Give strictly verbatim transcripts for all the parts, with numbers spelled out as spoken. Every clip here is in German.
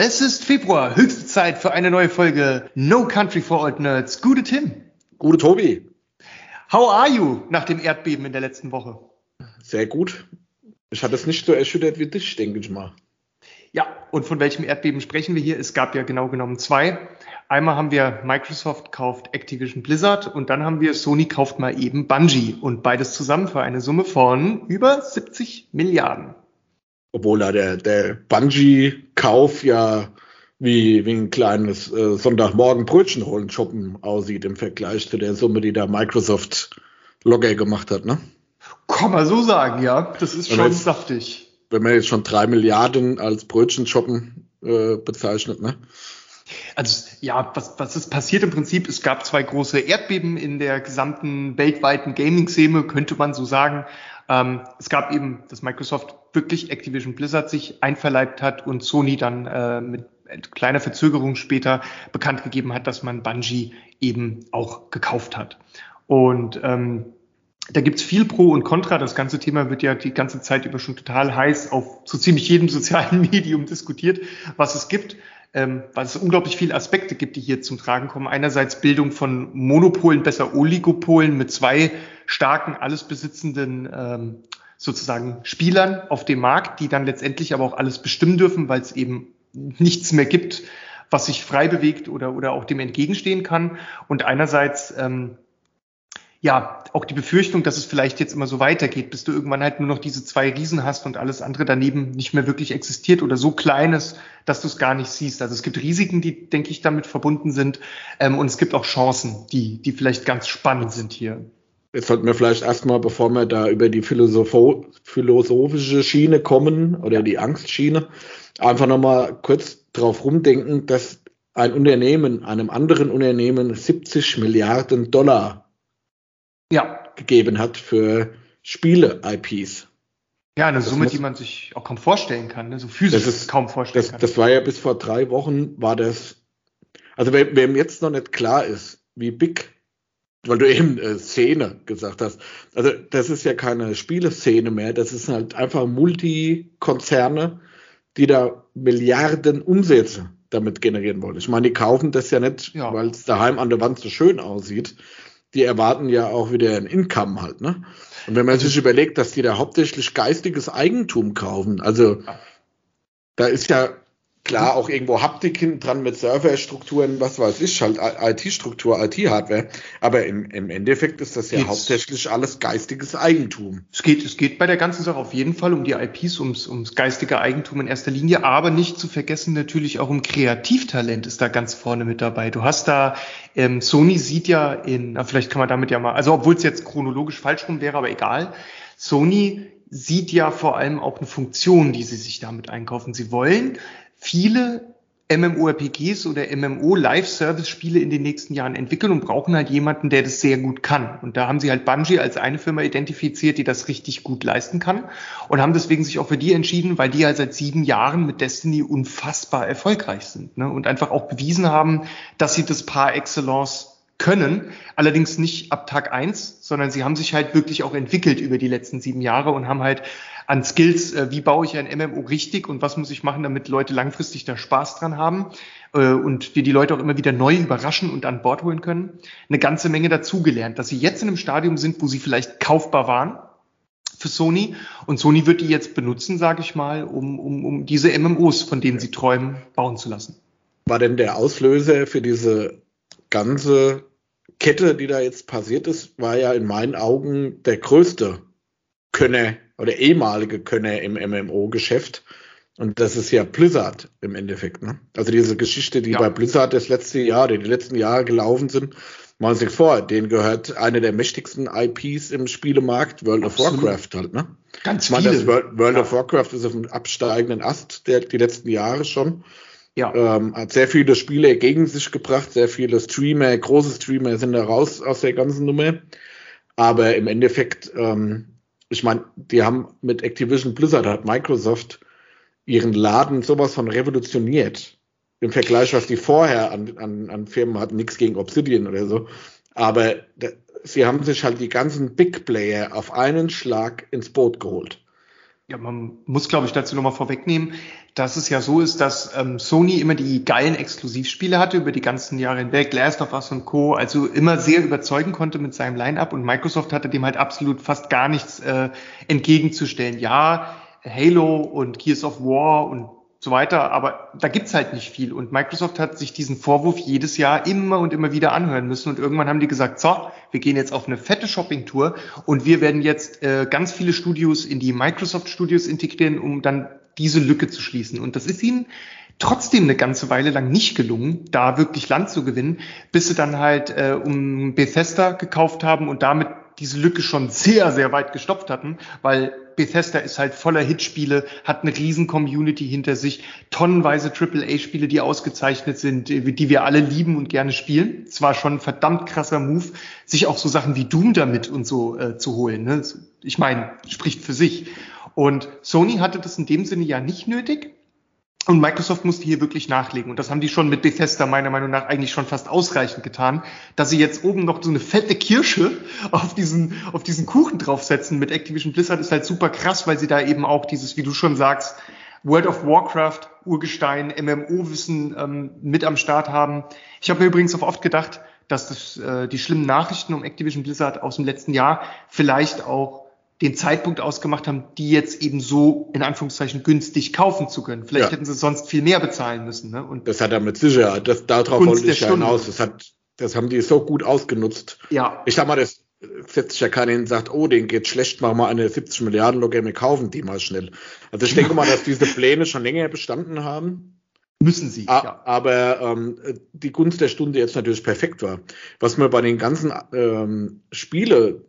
Es ist Februar, höchste Zeit für eine neue Folge No Country for Old Nerds. Gute Tim. Gute Tobi. How are you nach dem Erdbeben in der letzten Woche? Sehr gut. Ich hatte es nicht so erschüttert wie dich, denke ich mal. Ja, und von welchem Erdbeben sprechen wir hier? Es gab ja genau genommen zwei. Einmal haben wir Microsoft kauft Activision Blizzard und dann haben wir Sony kauft mal eben Bungie. Und beides zusammen für eine Summe von über siebzig Milliarden. Obwohl da der, der Bungie-Kauf ja wie, wie ein kleines äh, Sonntagmorgen Brötchen holen shoppen aussieht im Vergleich zu der Summe, die da Microsoft locker gemacht hat, ne? Kann man so sagen, ja. Das ist schon jetzt, saftig. Wenn man jetzt schon drei Milliarden als Brötchen shoppen äh, bezeichnet, ne? Also ja, was, was ist passiert im Prinzip? Es gab zwei große Erdbeben in der gesamten weltweiten Gaming-Szene, könnte man so sagen. Ähm, es gab eben, dass Microsoft wirklich Activision Blizzard sich einverleibt hat und Sony dann äh, mit kleiner Verzögerung später bekannt gegeben hat, dass man Bungie eben auch gekauft hat. Und ähm, da gibt's viel Pro und Contra. Das ganze Thema wird ja die ganze Zeit über schon total heiß auf so ziemlich jedem sozialen Medium diskutiert, was es gibt. Ähm, weil es unglaublich viele Aspekte gibt, die hier zum Tragen kommen. Einerseits Bildung von Monopolen, besser Oligopolen mit zwei starken, alles besitzenden ähm, sozusagen Spielern auf dem Markt, die dann letztendlich aber auch alles bestimmen dürfen, weil es eben nichts mehr gibt, was sich frei bewegt oder oder auch dem entgegenstehen kann. Und einerseits ähm, ja, auch die Befürchtung, dass es vielleicht jetzt immer so weitergeht, bis du irgendwann halt nur noch diese zwei Riesen hast und alles andere daneben nicht mehr wirklich existiert oder so klein ist, dass du es gar nicht siehst. Also es gibt Risiken, die, denke ich, damit verbunden sind. Ähm, und es gibt auch Chancen, die, die vielleicht ganz spannend sind hier. Jetzt sollten wir vielleicht erstmal, bevor wir da über die Philosopho- philosophische Schiene kommen oder die Angstschiene, einfach nochmal kurz drauf rumdenken, dass ein Unternehmen einem anderen Unternehmen siebzig Milliarden Dollar ja. gegeben hat für Spiele-I Ps. Ja, eine das Summe, muss, die man sich auch kaum vorstellen kann, ne? So physisch das ist, kaum vorstellen das, kann. Das war ja bis vor drei Wochen, war das, also wem, wem jetzt noch nicht klar ist, wie big, weil du eben äh, Szene gesagt hast, also das ist ja keine Spieleszene mehr, das ist halt einfach Multikonzerne, die da Milliarden Umsätze damit generieren wollen. Ich meine, die kaufen das ja nicht, ja. weil es daheim an der Wand so schön aussieht. Die erwarten ja auch wieder ein Income halt, ne? Und wenn man also, sich überlegt, dass die da hauptsächlich geistiges Eigentum kaufen, also da ist ja klar auch irgendwo Haptik hinten dran mit Serverstrukturen, was weiß ich, halt I T-Struktur, I T-Hardware, aber im, im Endeffekt ist das ja geht's. hauptsächlich alles geistiges Eigentum. Es geht, es geht bei der ganzen Sache auf jeden Fall um die I Ps, ums, ums geistige Eigentum in erster Linie, aber nicht zu vergessen natürlich auch um Kreativtalent ist da ganz vorne mit dabei. Du hast da, ähm, Sony sieht ja in, na, vielleicht kann man damit ja mal, also obwohl es jetzt chronologisch falsch rum wäre, aber egal, Sony sieht ja vor allem auch eine Funktion, die sie sich damit einkaufen. Sie wollen viele MMORPGs oder M M O Live-Service-Spiele in den nächsten Jahren entwickeln und brauchen halt jemanden, der das sehr gut kann. Und da haben sie halt Bungie als eine Firma identifiziert, die das richtig gut leisten kann und haben deswegen sich auch für die entschieden, weil die halt seit sieben Jahren mit Destiny unfassbar erfolgreich sind, ne? Und einfach auch bewiesen haben, dass sie das par excellence können, allerdings nicht ab Tag eins, sondern sie haben sich halt wirklich auch entwickelt über die letzten sieben Jahre und haben halt an Skills, äh, wie baue ich ein M M O richtig und was muss ich machen, damit Leute langfristig da Spaß dran haben äh, und wir die Leute auch immer wieder neu überraschen und an Bord holen können, eine ganze Menge dazugelernt, dass sie jetzt in einem Stadium sind, wo sie vielleicht kaufbar waren für Sony und Sony wird die jetzt benutzen, sage ich mal, um, um, um diese M M Os, von denen sie träumen, bauen zu lassen. War denn der Auslöser für diese ganze Kette, die da jetzt passiert ist, war ja in meinen Augen der größte Könner oder ehemalige Könner im M M O-Geschäft. Und das ist ja Blizzard im Endeffekt, ne? Also diese Geschichte, die ja. bei Blizzard das letzte Jahr, die, die letzten Jahre gelaufen sind, machen Sie sich vor, denen gehört eine der mächtigsten I Ps im Spielemarkt, World Absolut. of Warcraft halt, ne? Ganz ich meine, viele. Das World, World ja. of Warcraft ist auf einem absteigenden Ast der, die letzten Jahre schon. Ja. Ähm, hat sehr viele Spiele gegen sich gebracht, sehr viele Streamer, große Streamer sind da raus aus der ganzen Nummer. Aber im Endeffekt, ähm, ich meine, die haben mit Activision Blizzard, hat Microsoft ihren Laden sowas von revolutioniert. Im Vergleich, was die vorher an, an, an Firmen hatten, nichts gegen Obsidian oder so. Aber da, sie haben sich halt die ganzen Big Player auf einen Schlag ins Boot geholt. Ja, man muss, glaube ich, dazu nochmal vorwegnehmen, dass es ja so ist, dass ähm, Sony immer die geilen Exklusivspiele hatte über die ganzen Jahre hinweg, Last of Us und Co., also immer sehr überzeugen konnte mit seinem Line-Up, und Microsoft hatte dem halt absolut fast gar nichts äh, entgegenzustellen. Ja, Halo und Gears of War und so weiter, aber da gibt's halt nicht viel, und Microsoft hat sich diesen Vorwurf jedes Jahr immer und immer wieder anhören müssen, und irgendwann haben die gesagt, so, wir gehen jetzt auf eine fette Shopping-Tour und wir werden jetzt äh, ganz viele Studios in die Microsoft-Studios integrieren, um dann diese Lücke zu schließen, und das ist ihnen trotzdem eine ganze Weile lang nicht gelungen, da wirklich Land zu gewinnen, bis sie dann halt äh, um Bethesda gekauft haben und damit diese Lücke schon sehr, sehr weit gestopft hatten, weil Bethesda ist halt voller Hitspiele, hat eine riesen Community hinter sich, tonnenweise Triple A Spiele, die ausgezeichnet sind, die wir alle lieben und gerne spielen. Es war schon ein verdammt krasser Move, sich auch so Sachen wie Doom damit und so äh, zu holen. Ne? Ich meine, spricht für sich. Und Sony hatte das in dem Sinne ja nicht nötig. Und Microsoft musste hier wirklich nachlegen. Und das haben die schon mit Bethesda meiner Meinung nach eigentlich schon fast ausreichend getan, dass sie jetzt oben noch so eine fette Kirsche auf diesen, auf diesen Kuchen draufsetzen mit Activision Blizzard, ist halt super krass, weil sie da eben auch dieses, wie du schon sagst, World of Warcraft, Urgestein, M M O-Wissen ähm, mit am Start haben. Ich habe mir übrigens auch oft gedacht, dass das, äh, die schlimmen Nachrichten um Activision Blizzard aus dem letzten Jahr vielleicht auch den Zeitpunkt ausgemacht haben, die jetzt eben so in Anführungszeichen günstig kaufen zu können. Vielleicht ja. hätten sie sonst viel mehr bezahlen müssen. Ne? Und das hat er mit Sicherheit. Das, darauf Gunst wollte ich ja hinaus. Das, hat, das haben die so gut ausgenutzt. Ja. Ich sag mal, das setzt sich ja keiner hin und sagt, oh, denen geht schlecht, machen wir eine siebzig Milliarden Login, wir kaufen die mal schnell. Also ich denke mal, dass diese Pläne schon länger bestanden haben. Müssen sie, A- ja. Aber ähm, die Gunst der Stunde jetzt natürlich perfekt war. Was mir bei den ganzen ähm, Spiele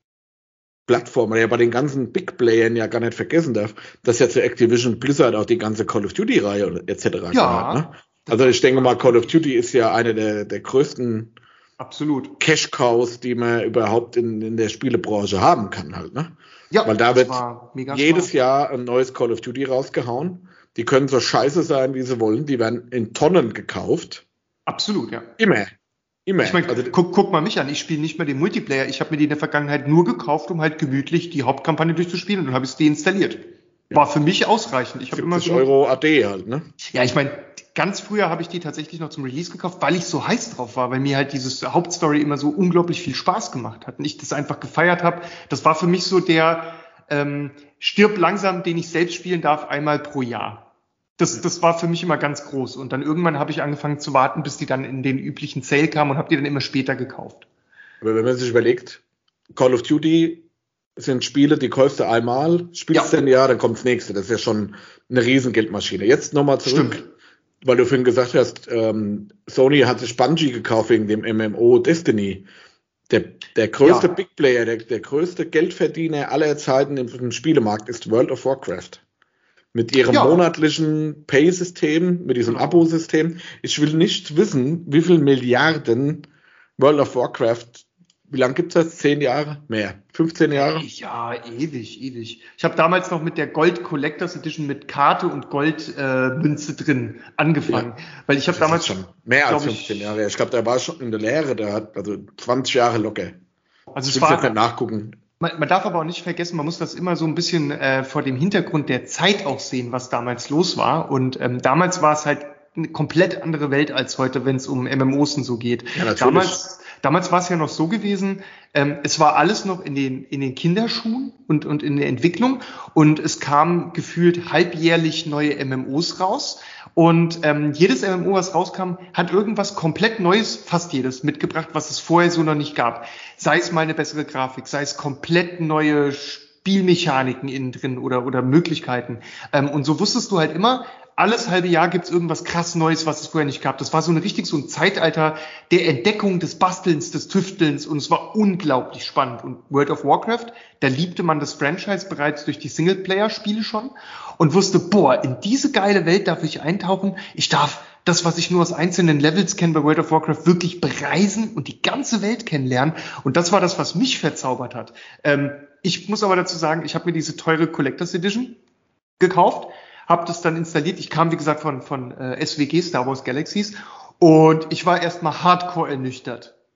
Plattformen, ja bei den ganzen Big Playern ja gar nicht vergessen darf, dass ja zu Activision Blizzard auch die ganze Call of Duty-Reihe et cetera Ja. gehört. Ne? Also ich denke mal, Call of Duty ist ja eine der, der größten Absolut. Cash-Cows, die man überhaupt in, in der Spielebranche haben kann halt. Ne? Ja, weil da wird jedes smart. Jahr ein neues Call of Duty rausgehauen. Die können so scheiße sein, wie sie wollen. Die werden in Tonnen gekauft. Absolut, ja. Immer. Immer. Ich meine, also, guck, guck mal mich an, ich spiele nicht mehr den Multiplayer. Ich habe mir die in der Vergangenheit nur gekauft, um halt gemütlich die Hauptkampagne durchzuspielen, und dann habe ich es deinstalliert. Ja. War für mich ausreichend. Ich habe immer so Euro A D halt, ne? Ja, ich meine, ganz früher habe ich die tatsächlich noch zum Release gekauft, weil ich so heiß drauf war, weil mir halt dieses Hauptstory immer so unglaublich viel Spaß gemacht hat und ich das einfach gefeiert habe. Das war für mich so der ähm, Stirb langsam, den ich selbst spielen darf, einmal pro Jahr. Das, das war für mich immer ganz groß. Und dann irgendwann habe ich angefangen zu warten, bis die dann in den üblichen Sale kamen, und habe die dann immer später gekauft. Aber wenn man sich überlegt, Call of Duty sind Spiele, die kaufst du einmal, spielst du ja. ein Jahr, dann kommt das nächste. Das ist ja schon eine riesen Geldmaschine. Jetzt nochmal zurück, Stimmt. weil du vorhin gesagt hast, ähm, Sony hat sich Bungie gekauft wegen dem M M O Destiny. Der, der größte ja. Big Player, der, der größte Geldverdiener aller Zeiten im, im Spielemarkt ist World of Warcraft. Mit ihrem ja. monatlichen Pay-System, mit diesem genau. Abo-System. Ich will nicht wissen, wie viel Milliarden World of Warcraft, wie lange gibt's das? Zehn Jahre? Mehr? fünfzehn Jahre? Ja, ewig, ewig. Ich habe damals noch mit der Gold Collectors Edition mit Karte und Goldmünze äh, drin angefangen. Ja. Weil ich habe damals schon mehr als fünfzehn ich, Jahre. Ich glaube, der war schon in der Lehre, der hat also zwanzig Jahre locker. Also ich es war jetzt nicht nachgucken. Man, man darf aber auch nicht vergessen, man muss das immer so ein bisschen äh, vor dem Hintergrund der Zeit auch sehen, was damals los war. Und ähm, damals war es halt eine komplett andere Welt als heute, wenn es um M M Os und so geht. Ja, damals, damals war es ja noch so gewesen, ähm, es war alles noch in den, in den Kinderschuhen und, und in der Entwicklung, und es kamen gefühlt halbjährlich neue M M Os raus. Und ähm, jedes M M O, was rauskam, hat irgendwas komplett Neues, fast jedes, mitgebracht, was es vorher so noch nicht gab. Sei es mal eine bessere Grafik, sei es komplett neue Spielmechaniken innen drin oder, oder Möglichkeiten. Ähm, und so wusstest du halt immer, alles halbe Jahr gibt's irgendwas krass Neues, was es vorher nicht gab. Das war so ein richtig so ein Zeitalter der Entdeckung, des Bastelns, des Tüftelns, und es war unglaublich spannend. Und World of Warcraft, da liebte man das Franchise bereits durch die Singleplayer-Spiele schon und wusste, boah, in diese geile Welt darf ich eintauchen. Ich darf das, was ich nur aus einzelnen Levels kenne bei World of Warcraft, wirklich bereisen und die ganze Welt kennenlernen. Und das war das, was mich verzaubert hat. Ähm, ich muss aber dazu sagen, ich habe mir diese teure Collectors Edition gekauft, habe das dann installiert. Ich kam, wie gesagt, von, von äh, S W G, Star Wars Galaxies, und ich war erstmal hardcore ernüchtert.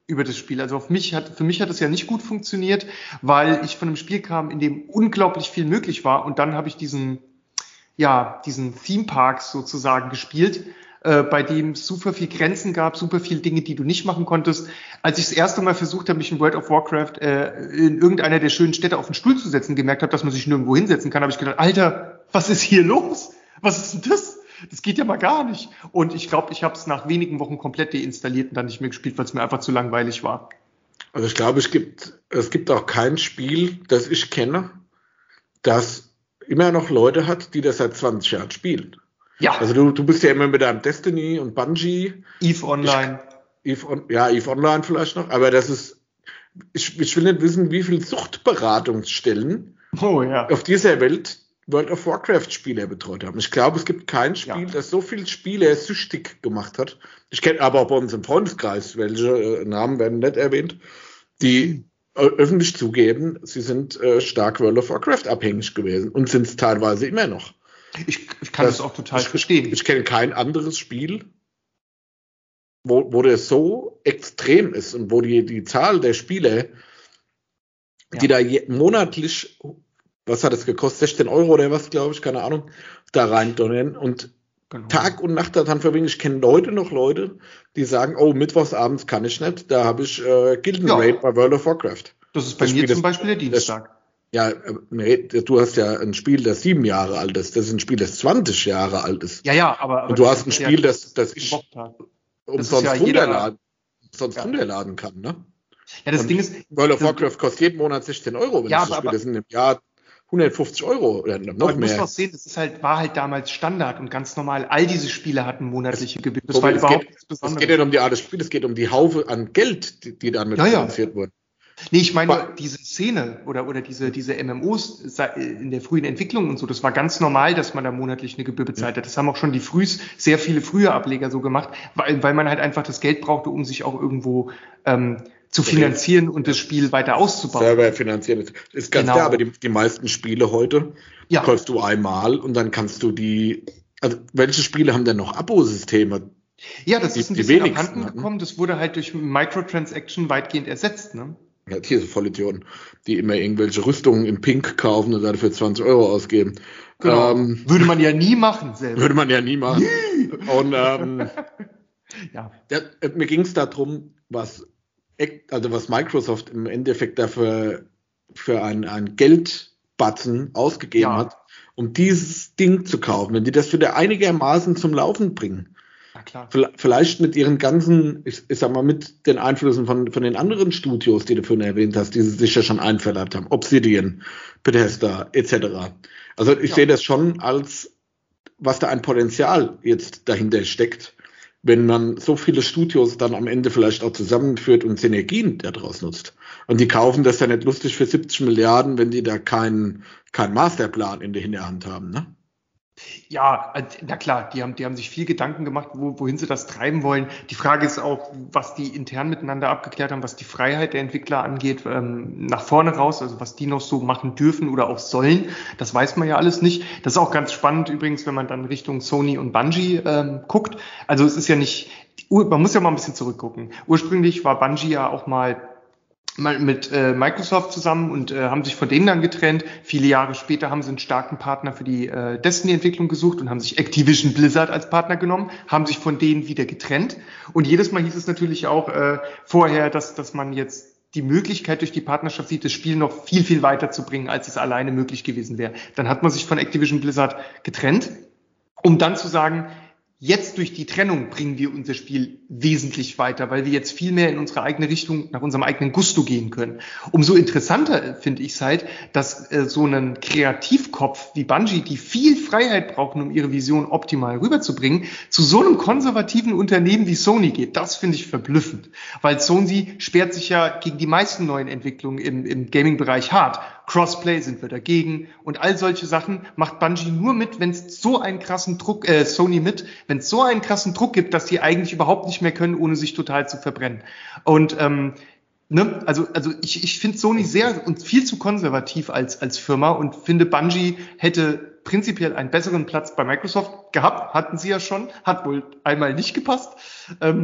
über das Spiel. Also auf mich hat, für mich hat es ja nicht gut funktioniert, weil ich von einem Spiel kam, in dem unglaublich viel möglich war und dann habe ich diesen, ja, diesen Theme Park sozusagen gespielt, äh, bei dem es super viel Grenzen gab, super viele Dinge, die du nicht machen konntest. Als ich das erste Mal versucht habe, mich in World of Warcraft äh, in irgendeiner der schönen Städte auf den Stuhl zu setzen, gemerkt habe, dass man sich nirgendwo hinsetzen kann, habe ich gedacht, Alter, was ist hier los? Was ist denn das? Das geht ja mal gar nicht. Und ich glaube, ich habe es nach wenigen Wochen komplett deinstalliert und dann nicht mehr gespielt, weil es mir einfach zu langweilig war. Also ich glaube, es gibt, es gibt auch kein Spiel, das ich kenne, das immer noch Leute hat, die das seit zwanzig Jahren spielen. Ja. Also du, du bist ja immer mit deinem Destiny und Bungie. EVE Online. Ich, EVE on, ja, EVE Online vielleicht noch, aber das ist, ich, ich will nicht wissen, wie viele Suchtberatungsstellen oh, ja. auf dieser Welt World of Warcraft Spieler betreut haben. Ich glaube, es gibt kein Spiel, ja. das so viele Spieler süchtig gemacht hat. Ich kenne aber auch bei uns im Freundeskreis, welche äh, Namen werden nicht erwähnt, die äh, öffentlich zugeben, sie sind äh, stark World of Warcraft abhängig gewesen und sind es teilweise immer noch. Ich, ich kann das, das auch total ich, verstehen. Ich, ich kenne kein anderes Spiel, wo, wo das so extrem ist und wo die, die Zahl der Spieler, ja. die da je, monatlich, was hat es gekostet, sechzehn Euro oder was, glaube ich, keine Ahnung, da rein donnern und genau. Tag und Nacht daran verbringen. Ich kenne Leute noch Leute, die sagen, oh, mittwochsabends kann ich nicht, da habe ich äh, Gilden Raid ja. bei World of Warcraft. Das ist bei das mir Spiel, zum Beispiel der Dienstag. Das, ja, nee, du hast ja ein Spiel, das sieben Jahre alt ist. Das ist ein Spiel, das zwanzig Jahre alt ist. Ja, ja, aber... aber und du hast ein Spiel, ja, das, das ich umsonst ja runterladen, sonst ja. runterladen kann, ne? Ja, das und Ding ist... World of Warcraft kostet jeden Monat sechzehn Euro, wenn ja, ich das aber, Spiel. Das sind im Jahr hundertfünfzig Euro oder noch aber mehr. Du musst auch sehen, das ist halt, war halt damals Standard und ganz normal. All diese Spiele hatten monatliche Gebühren. Das so, war es überhaupt geht, nichts Besonderes. Es geht nicht um die Art des Spiels, es geht um die Haufe an Geld, die, die damit ja, finanziert ja. wurden. Nee, ich meine, nur, diese Szene oder, oder diese, diese M M Os in der frühen Entwicklung und so, das war ganz normal, dass man da monatlich eine Gebühr bezahlt hat. Das haben auch schon die frühs, sehr viele frühe Ableger so gemacht, weil, weil man halt einfach das Geld brauchte, um sich auch irgendwo ähm, zu finanzieren und das Spiel weiter auszubauen. Selber finanzieren ist, ist ganz genau. klar, aber die, die meisten Spiele heute ja. kaufst du einmal und dann kannst du die, also welche Spiele haben denn noch Abosysteme? Ja, das die, ist ein die bisschen wenigsten abhanden hatten. gekommen, das wurde halt durch Microtransaction weitgehend ersetzt, ne? Ja, hier so Vollidioten, die immer irgendwelche Rüstungen in Pink kaufen und dafür zwanzig Euro ausgeben. Genau. Ähm, würde man ja nie machen selber. Würde man ja nie machen. Nie. Und ähm, ja. der, mir ging es darum, was, also was Microsoft im Endeffekt dafür für ein, ein Geldbatzen ausgegeben ja. hat, um dieses Ding zu kaufen. Wenn die das wieder einigermaßen zum Laufen bringen, na klar. Vielleicht mit ihren ganzen, ich, ich sag mal, mit den Einflüssen von, von den anderen Studios, die du vorhin erwähnt hast, die sie sich ja schon einverleibt haben, Obsidian, Bethesda, et cetera. Also ich ja. sehe das schon als, was da ein Potenzial jetzt dahinter steckt, wenn man so viele Studios dann am Ende vielleicht auch zusammenführt und Synergien daraus nutzt. Und die kaufen das ja nicht lustig für siebzig Milliarden, wenn die da keinen keinen Masterplan in der Hinterhand haben, ne? Ja, na klar, die haben, die haben sich viel Gedanken gemacht, wo, wohin sie das treiben wollen. Die Frage ist auch, was die intern miteinander abgeklärt haben, was die Freiheit der Entwickler angeht, ähm, nach vorne raus, also was die noch so machen dürfen oder auch sollen. Das weiß man ja alles nicht. Das ist auch ganz spannend übrigens, wenn man dann Richtung Sony und Bungie ähm, guckt. Also es ist ja nicht, man muss ja mal ein bisschen zurückgucken. Ursprünglich war Bungie ja auch mal mit äh, Microsoft zusammen und äh, haben sich von denen dann getrennt. Viele Jahre später haben sie einen starken Partner für die äh, Destiny-Entwicklung gesucht und haben sich Activision Blizzard als Partner genommen, haben sich von denen wieder getrennt. Und jedes Mal hieß es natürlich auch äh, vorher, dass, dass man jetzt die Möglichkeit durch die Partnerschaft sieht, das Spiel noch viel, viel weiter zu bringen, als es alleine möglich gewesen wäre. Dann hat man sich von Activision Blizzard getrennt, um dann zu sagen, jetzt durch die Trennung bringen wir unser Spiel wesentlich weiter, weil wir jetzt viel mehr in unsere eigene Richtung, nach unserem eigenen Gusto gehen können. Umso interessanter finde ich es halt, dass äh, so ein Kreativkopf wie Bungie, die viel Freiheit brauchen, um ihre Vision optimal rüberzubringen, zu so einem konservativen Unternehmen wie Sony geht. Das finde ich verblüffend, weil Sony sperrt sich ja gegen die meisten neuen Entwicklungen im, im Gaming-Bereich hart. Crossplay sind wir dagegen und all solche Sachen macht Bungie nur mit, wenn es so einen krassen Druck, äh, Sony mit, wenn es so einen krassen Druck gibt, dass die eigentlich überhaupt nicht mehr können, ohne sich total zu verbrennen. Und ähm, ne, also also ich ich finde Sony sehr und viel zu konservativ als als Firma und finde Bungie hätte prinzipiell einen besseren Platz bei Microsoft gehabt, hatten sie ja schon, hat wohl einmal nicht gepasst. Ähm,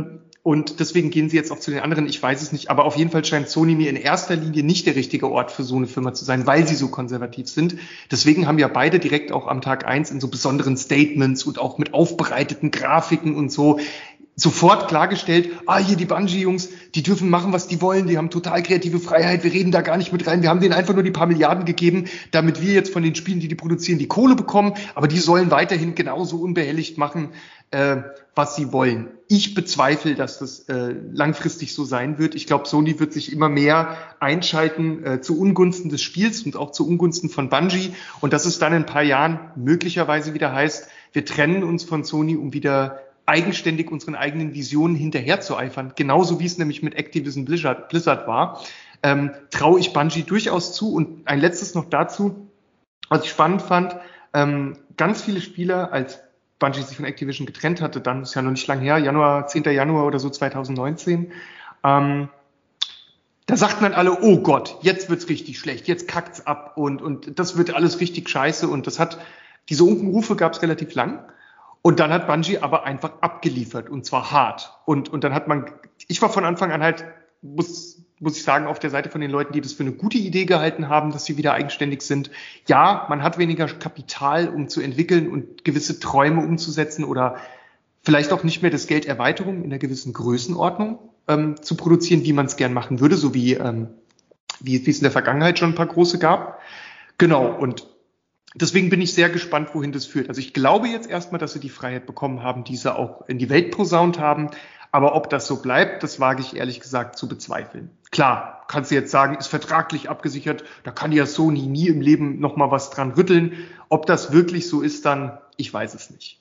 Und deswegen gehen sie jetzt auch zu den anderen, ich weiß es nicht, aber auf jeden Fall scheint Sony mir in erster Linie nicht der richtige Ort für so eine Firma zu sein, weil sie so konservativ sind. Deswegen haben ja beide direkt auch am Tag eins in so besonderen Statements und auch mit aufbereiteten Grafiken und so sofort klargestellt, ah, hier die Bungie-Jungs, die dürfen machen, was die wollen, die haben total kreative Freiheit, wir reden da gar nicht mit rein, wir haben denen einfach nur die paar Milliarden gegeben, damit wir jetzt von den Spielen, die die produzieren, die Kohle bekommen, aber die sollen weiterhin genauso unbehelligt machen, äh, was sie wollen. Ich bezweifle, dass das äh, langfristig so sein wird. Ich glaube, Sony wird sich immer mehr einschalten äh, zu Ungunsten des Spiels und auch zu Ungunsten von Bungie und dass es dann in ein paar Jahren möglicherweise wieder heißt, wir trennen uns von Sony, um wieder eigenständig unseren eigenen Visionen hinterher zu eifern, genauso wie es nämlich mit Activision Blizzard, Blizzard war, ähm, traue ich Bungie durchaus zu. Und ein letztes noch dazu, was ich spannend fand, ähm, ganz viele Spieler, als Bungie sich von Activision getrennt hatte, dann ist ja noch nicht lang her, Januar, zehnter Januar oder so zwanzig neunzehn, ähm, da sagten dann alle, oh Gott, jetzt wird's richtig schlecht, jetzt kackt's ab und, und das wird alles richtig scheiße und das hat, diese Unkenrufe gab's relativ lang. Und dann hat Bungie aber einfach abgeliefert und zwar hart. Und, und dann hat man, ich war von Anfang an halt, muss, muss ich sagen, auf der Seite von den Leuten, die das für eine gute Idee gehalten haben, dass sie wieder eigenständig sind. Ja, man hat weniger Kapital, um zu entwickeln und gewisse Träume umzusetzen oder vielleicht auch nicht mehr das Geld Erweiterung in einer gewissen Größenordnung ähm, zu produzieren, wie man es gern machen würde, so wie, ähm, wie, wie es in der Vergangenheit schon ein paar große gab. Genau, und deswegen bin ich sehr gespannt, wohin das führt. Also ich glaube jetzt erstmal, dass sie die Freiheit bekommen haben, die sie auch in die Welt posaunt haben. Aber ob das so bleibt, das wage ich ehrlich gesagt zu bezweifeln. Klar, kannst du jetzt sagen, ist vertraglich abgesichert, da kann ja Sony nie im Leben nochmal was dran rütteln. Ob das wirklich so ist dann, ich weiß es nicht.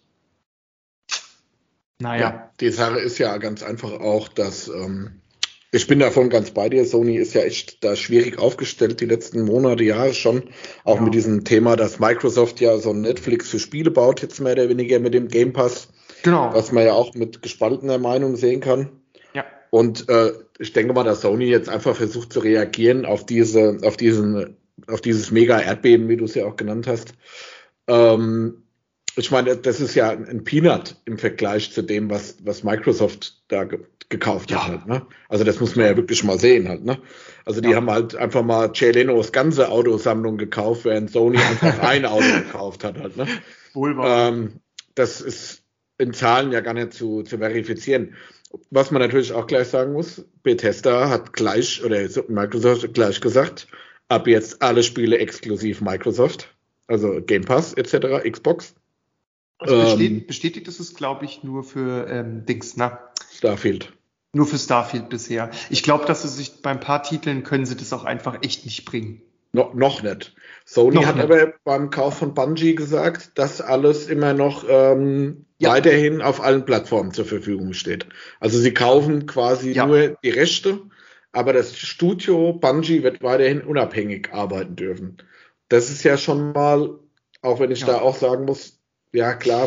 Naja. Ja, die Sache ist ja ganz einfach auch, dass ähm ich bin davon ganz bei dir. Sony ist ja echt da schwierig aufgestellt, die letzten Monate, Jahre schon. Auch ja. Mit diesem Thema, dass Microsoft ja so ein Netflix für Spiele baut, jetzt mehr oder weniger mit dem Game Pass. Genau. Was man ja auch mit gespaltener Meinung sehen kann. Ja. Und äh, ich denke mal, dass Sony jetzt einfach versucht zu reagieren auf diese, auf diesen, auf dieses Mega-Erdbeben, wie du es ja auch genannt hast. Ähm, ich meine, das ist ja ein Peanut im Vergleich zu dem, was, was Microsoft da ge- gekauft ja. hat. Halt, ne? Also das muss man ja wirklich mal sehen halt. Ne? Also die ja. haben halt einfach mal Jay Lenos ganze Autosammlung gekauft, während Sony einfach ein Auto gekauft hat. Halt, ne? Wohl wahr. Ähm, das ist in Zahlen ja gar nicht zu, zu verifizieren. Was man natürlich auch gleich sagen muss, Bethesda hat gleich, oder Microsoft hat gleich gesagt, ab jetzt alle Spiele exklusiv Microsoft, also Game Pass et cetera, Xbox. Also bestätigt, ähm, bestätigt ist es, glaube ich, nur für ähm, Dings, na? Starfield. Nur für Starfield bisher. Ich glaube, dass sie sich bei ein paar Titeln können sie das auch einfach echt nicht bringen. No, noch nicht. Sony noch hat nicht. Aber beim Kauf von Bungie gesagt, dass alles immer noch ähm, ja. weiterhin auf allen Plattformen zur Verfügung steht. Also sie kaufen quasi ja. nur die Rechte, aber das Studio Bungie wird weiterhin unabhängig arbeiten dürfen. Das ist ja schon mal, auch wenn ich ja. da auch sagen muss, ja klar,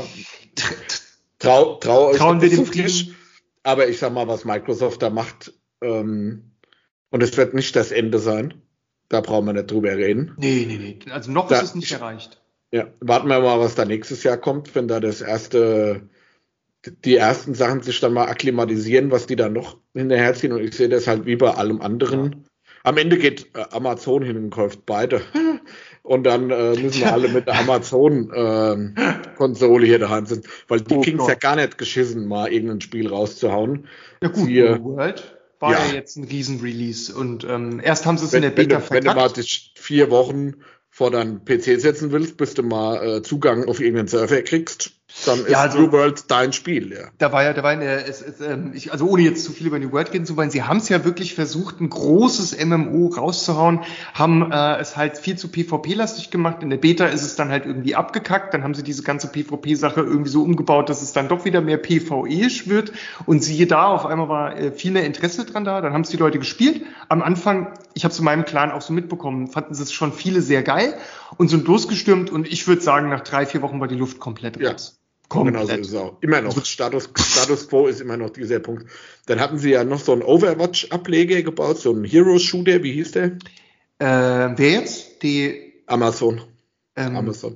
trau, trau euch trauen wir dem Frieden. Aber ich sag mal, was Microsoft da macht, ähm, und es wird nicht das Ende sein. Da brauchen wir nicht drüber reden. Nee, nee, nee. Also noch da, ist es nicht erreicht. Ja, warten wir mal, was da nächstes Jahr kommt, wenn da das erste, die ersten Sachen sich dann mal akklimatisieren, was die da noch hinterherziehen. Und ich sehe das halt wie bei allem anderen. Ja. Am Ende geht äh, Amazon hin und kauft beide. Und dann äh, müssen wir alle mit der Amazon-Konsole äh, hier daheim sind. Weil die oh, kriegen es ja gar nicht geschissen, mal irgendein Spiel rauszuhauen. Ja gut, New World war ja. ja jetzt ein Riesen-Release. Und ähm, erst haben sie es in der Beta verkackt. Wenn du mal dich vier Wochen vor deinen P C setzen willst, bis du mal äh, Zugang auf irgendeinen Server kriegst, dann ist ja, also, New World dein Spiel, ja. Da war ja, da war in der, es, es, ähm, ich, also ohne jetzt zu viel über New World reden zu wollen, sie haben es ja wirklich versucht, ein großes M M O rauszuhauen, haben äh, es halt viel zu PvP-lastig gemacht. In der Beta ist es dann halt irgendwie abgekackt, dann haben sie diese ganze PvP-Sache irgendwie so umgebaut, dass es dann doch wieder mehr PvE-isch wird und siehe da, auf einmal war äh, viel mehr Interesse dran da, dann haben es die Leute gespielt. Am Anfang, ich habe es in meinem Clan auch so mitbekommen, fanden sie es schon viele sehr geil und sind losgestürmt und ich würde sagen, nach drei, vier Wochen war die Luft komplett raus. Ja. Komplett. Genau so ist es auch. Immer noch. Status, Status Quo ist immer noch dieser Punkt. Dann hatten sie ja noch so einen Overwatch-Ableger gebaut, so einen Hero-Shooter, wie hieß der? Äh, wer jetzt? Die Amazon. Ähm, Amazon.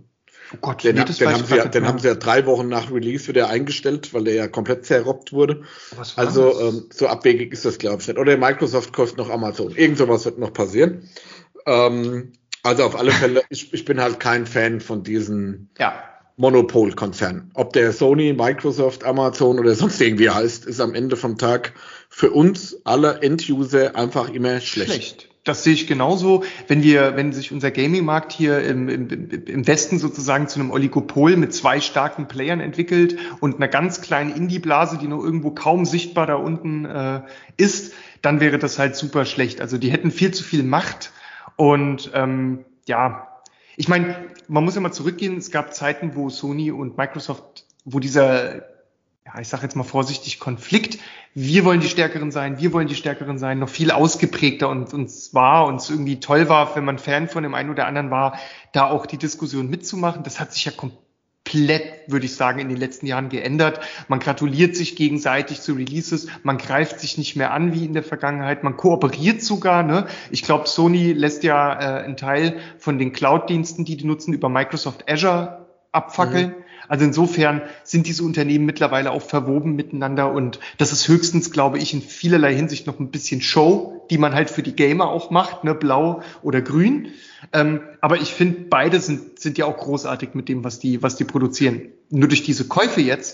Oh Gott, den, nee, das den, weiß haben ich sie ja, gar nicht den mehr. haben sie ja drei Wochen nach Release wieder eingestellt, weil der ja komplett zerrobbt wurde. Was war Also das? ähm, so abwegig ist das, glaube ich, nicht. Oder Microsoft kauft noch Amazon. Irgend sowas wird noch passieren. Ähm, also auf alle Fälle, ich, ich bin halt kein Fan von diesen Ja, Monopolkonzernen. Ob der Sony, Microsoft, Amazon oder sonst irgendwie heißt, ist am Ende vom Tag für uns alle End-User einfach immer schlecht. schlecht. Das sehe ich genauso. Wenn wir, wenn sich unser Gaming-Markt hier im, im, im Westen sozusagen zu einem Oligopol mit zwei starken Playern entwickelt und einer ganz kleinen Indie-Blase, die noch irgendwo kaum sichtbar da unten äh, ist, dann wäre das halt super schlecht. Also die hätten viel zu viel Macht und ähm, ja, ich meine, man muss ja mal zurückgehen. Es gab Zeiten, wo Sony und Microsoft, wo dieser, ja, ich sage jetzt mal vorsichtig, Konflikt, wir wollen die Stärkeren sein, wir wollen die Stärkeren sein, noch viel ausgeprägter und uns war, uns irgendwie toll war, wenn man Fan von dem einen oder anderen war, da auch die Diskussion mitzumachen. Das hat sich ja komplett, würde ich sagen, in den letzten Jahren geändert. Man gratuliert sich gegenseitig zu Releases, man greift sich nicht mehr an wie in der Vergangenheit, man kooperiert sogar. Ne? Ich glaube, Sony lässt ja äh, einen Teil von den Cloud-Diensten, die die nutzen, über Microsoft Azure abfackeln. Mhm. Also insofern sind diese Unternehmen mittlerweile auch verwoben miteinander und das ist höchstens, glaube ich, in vielerlei Hinsicht noch ein bisschen Show, die man halt für die Gamer auch macht, ne, blau oder grün. Ähm, aber ich finde, beide sind, sind ja auch großartig mit dem, was die, was die produzieren. Nur durch diese Käufe jetzt,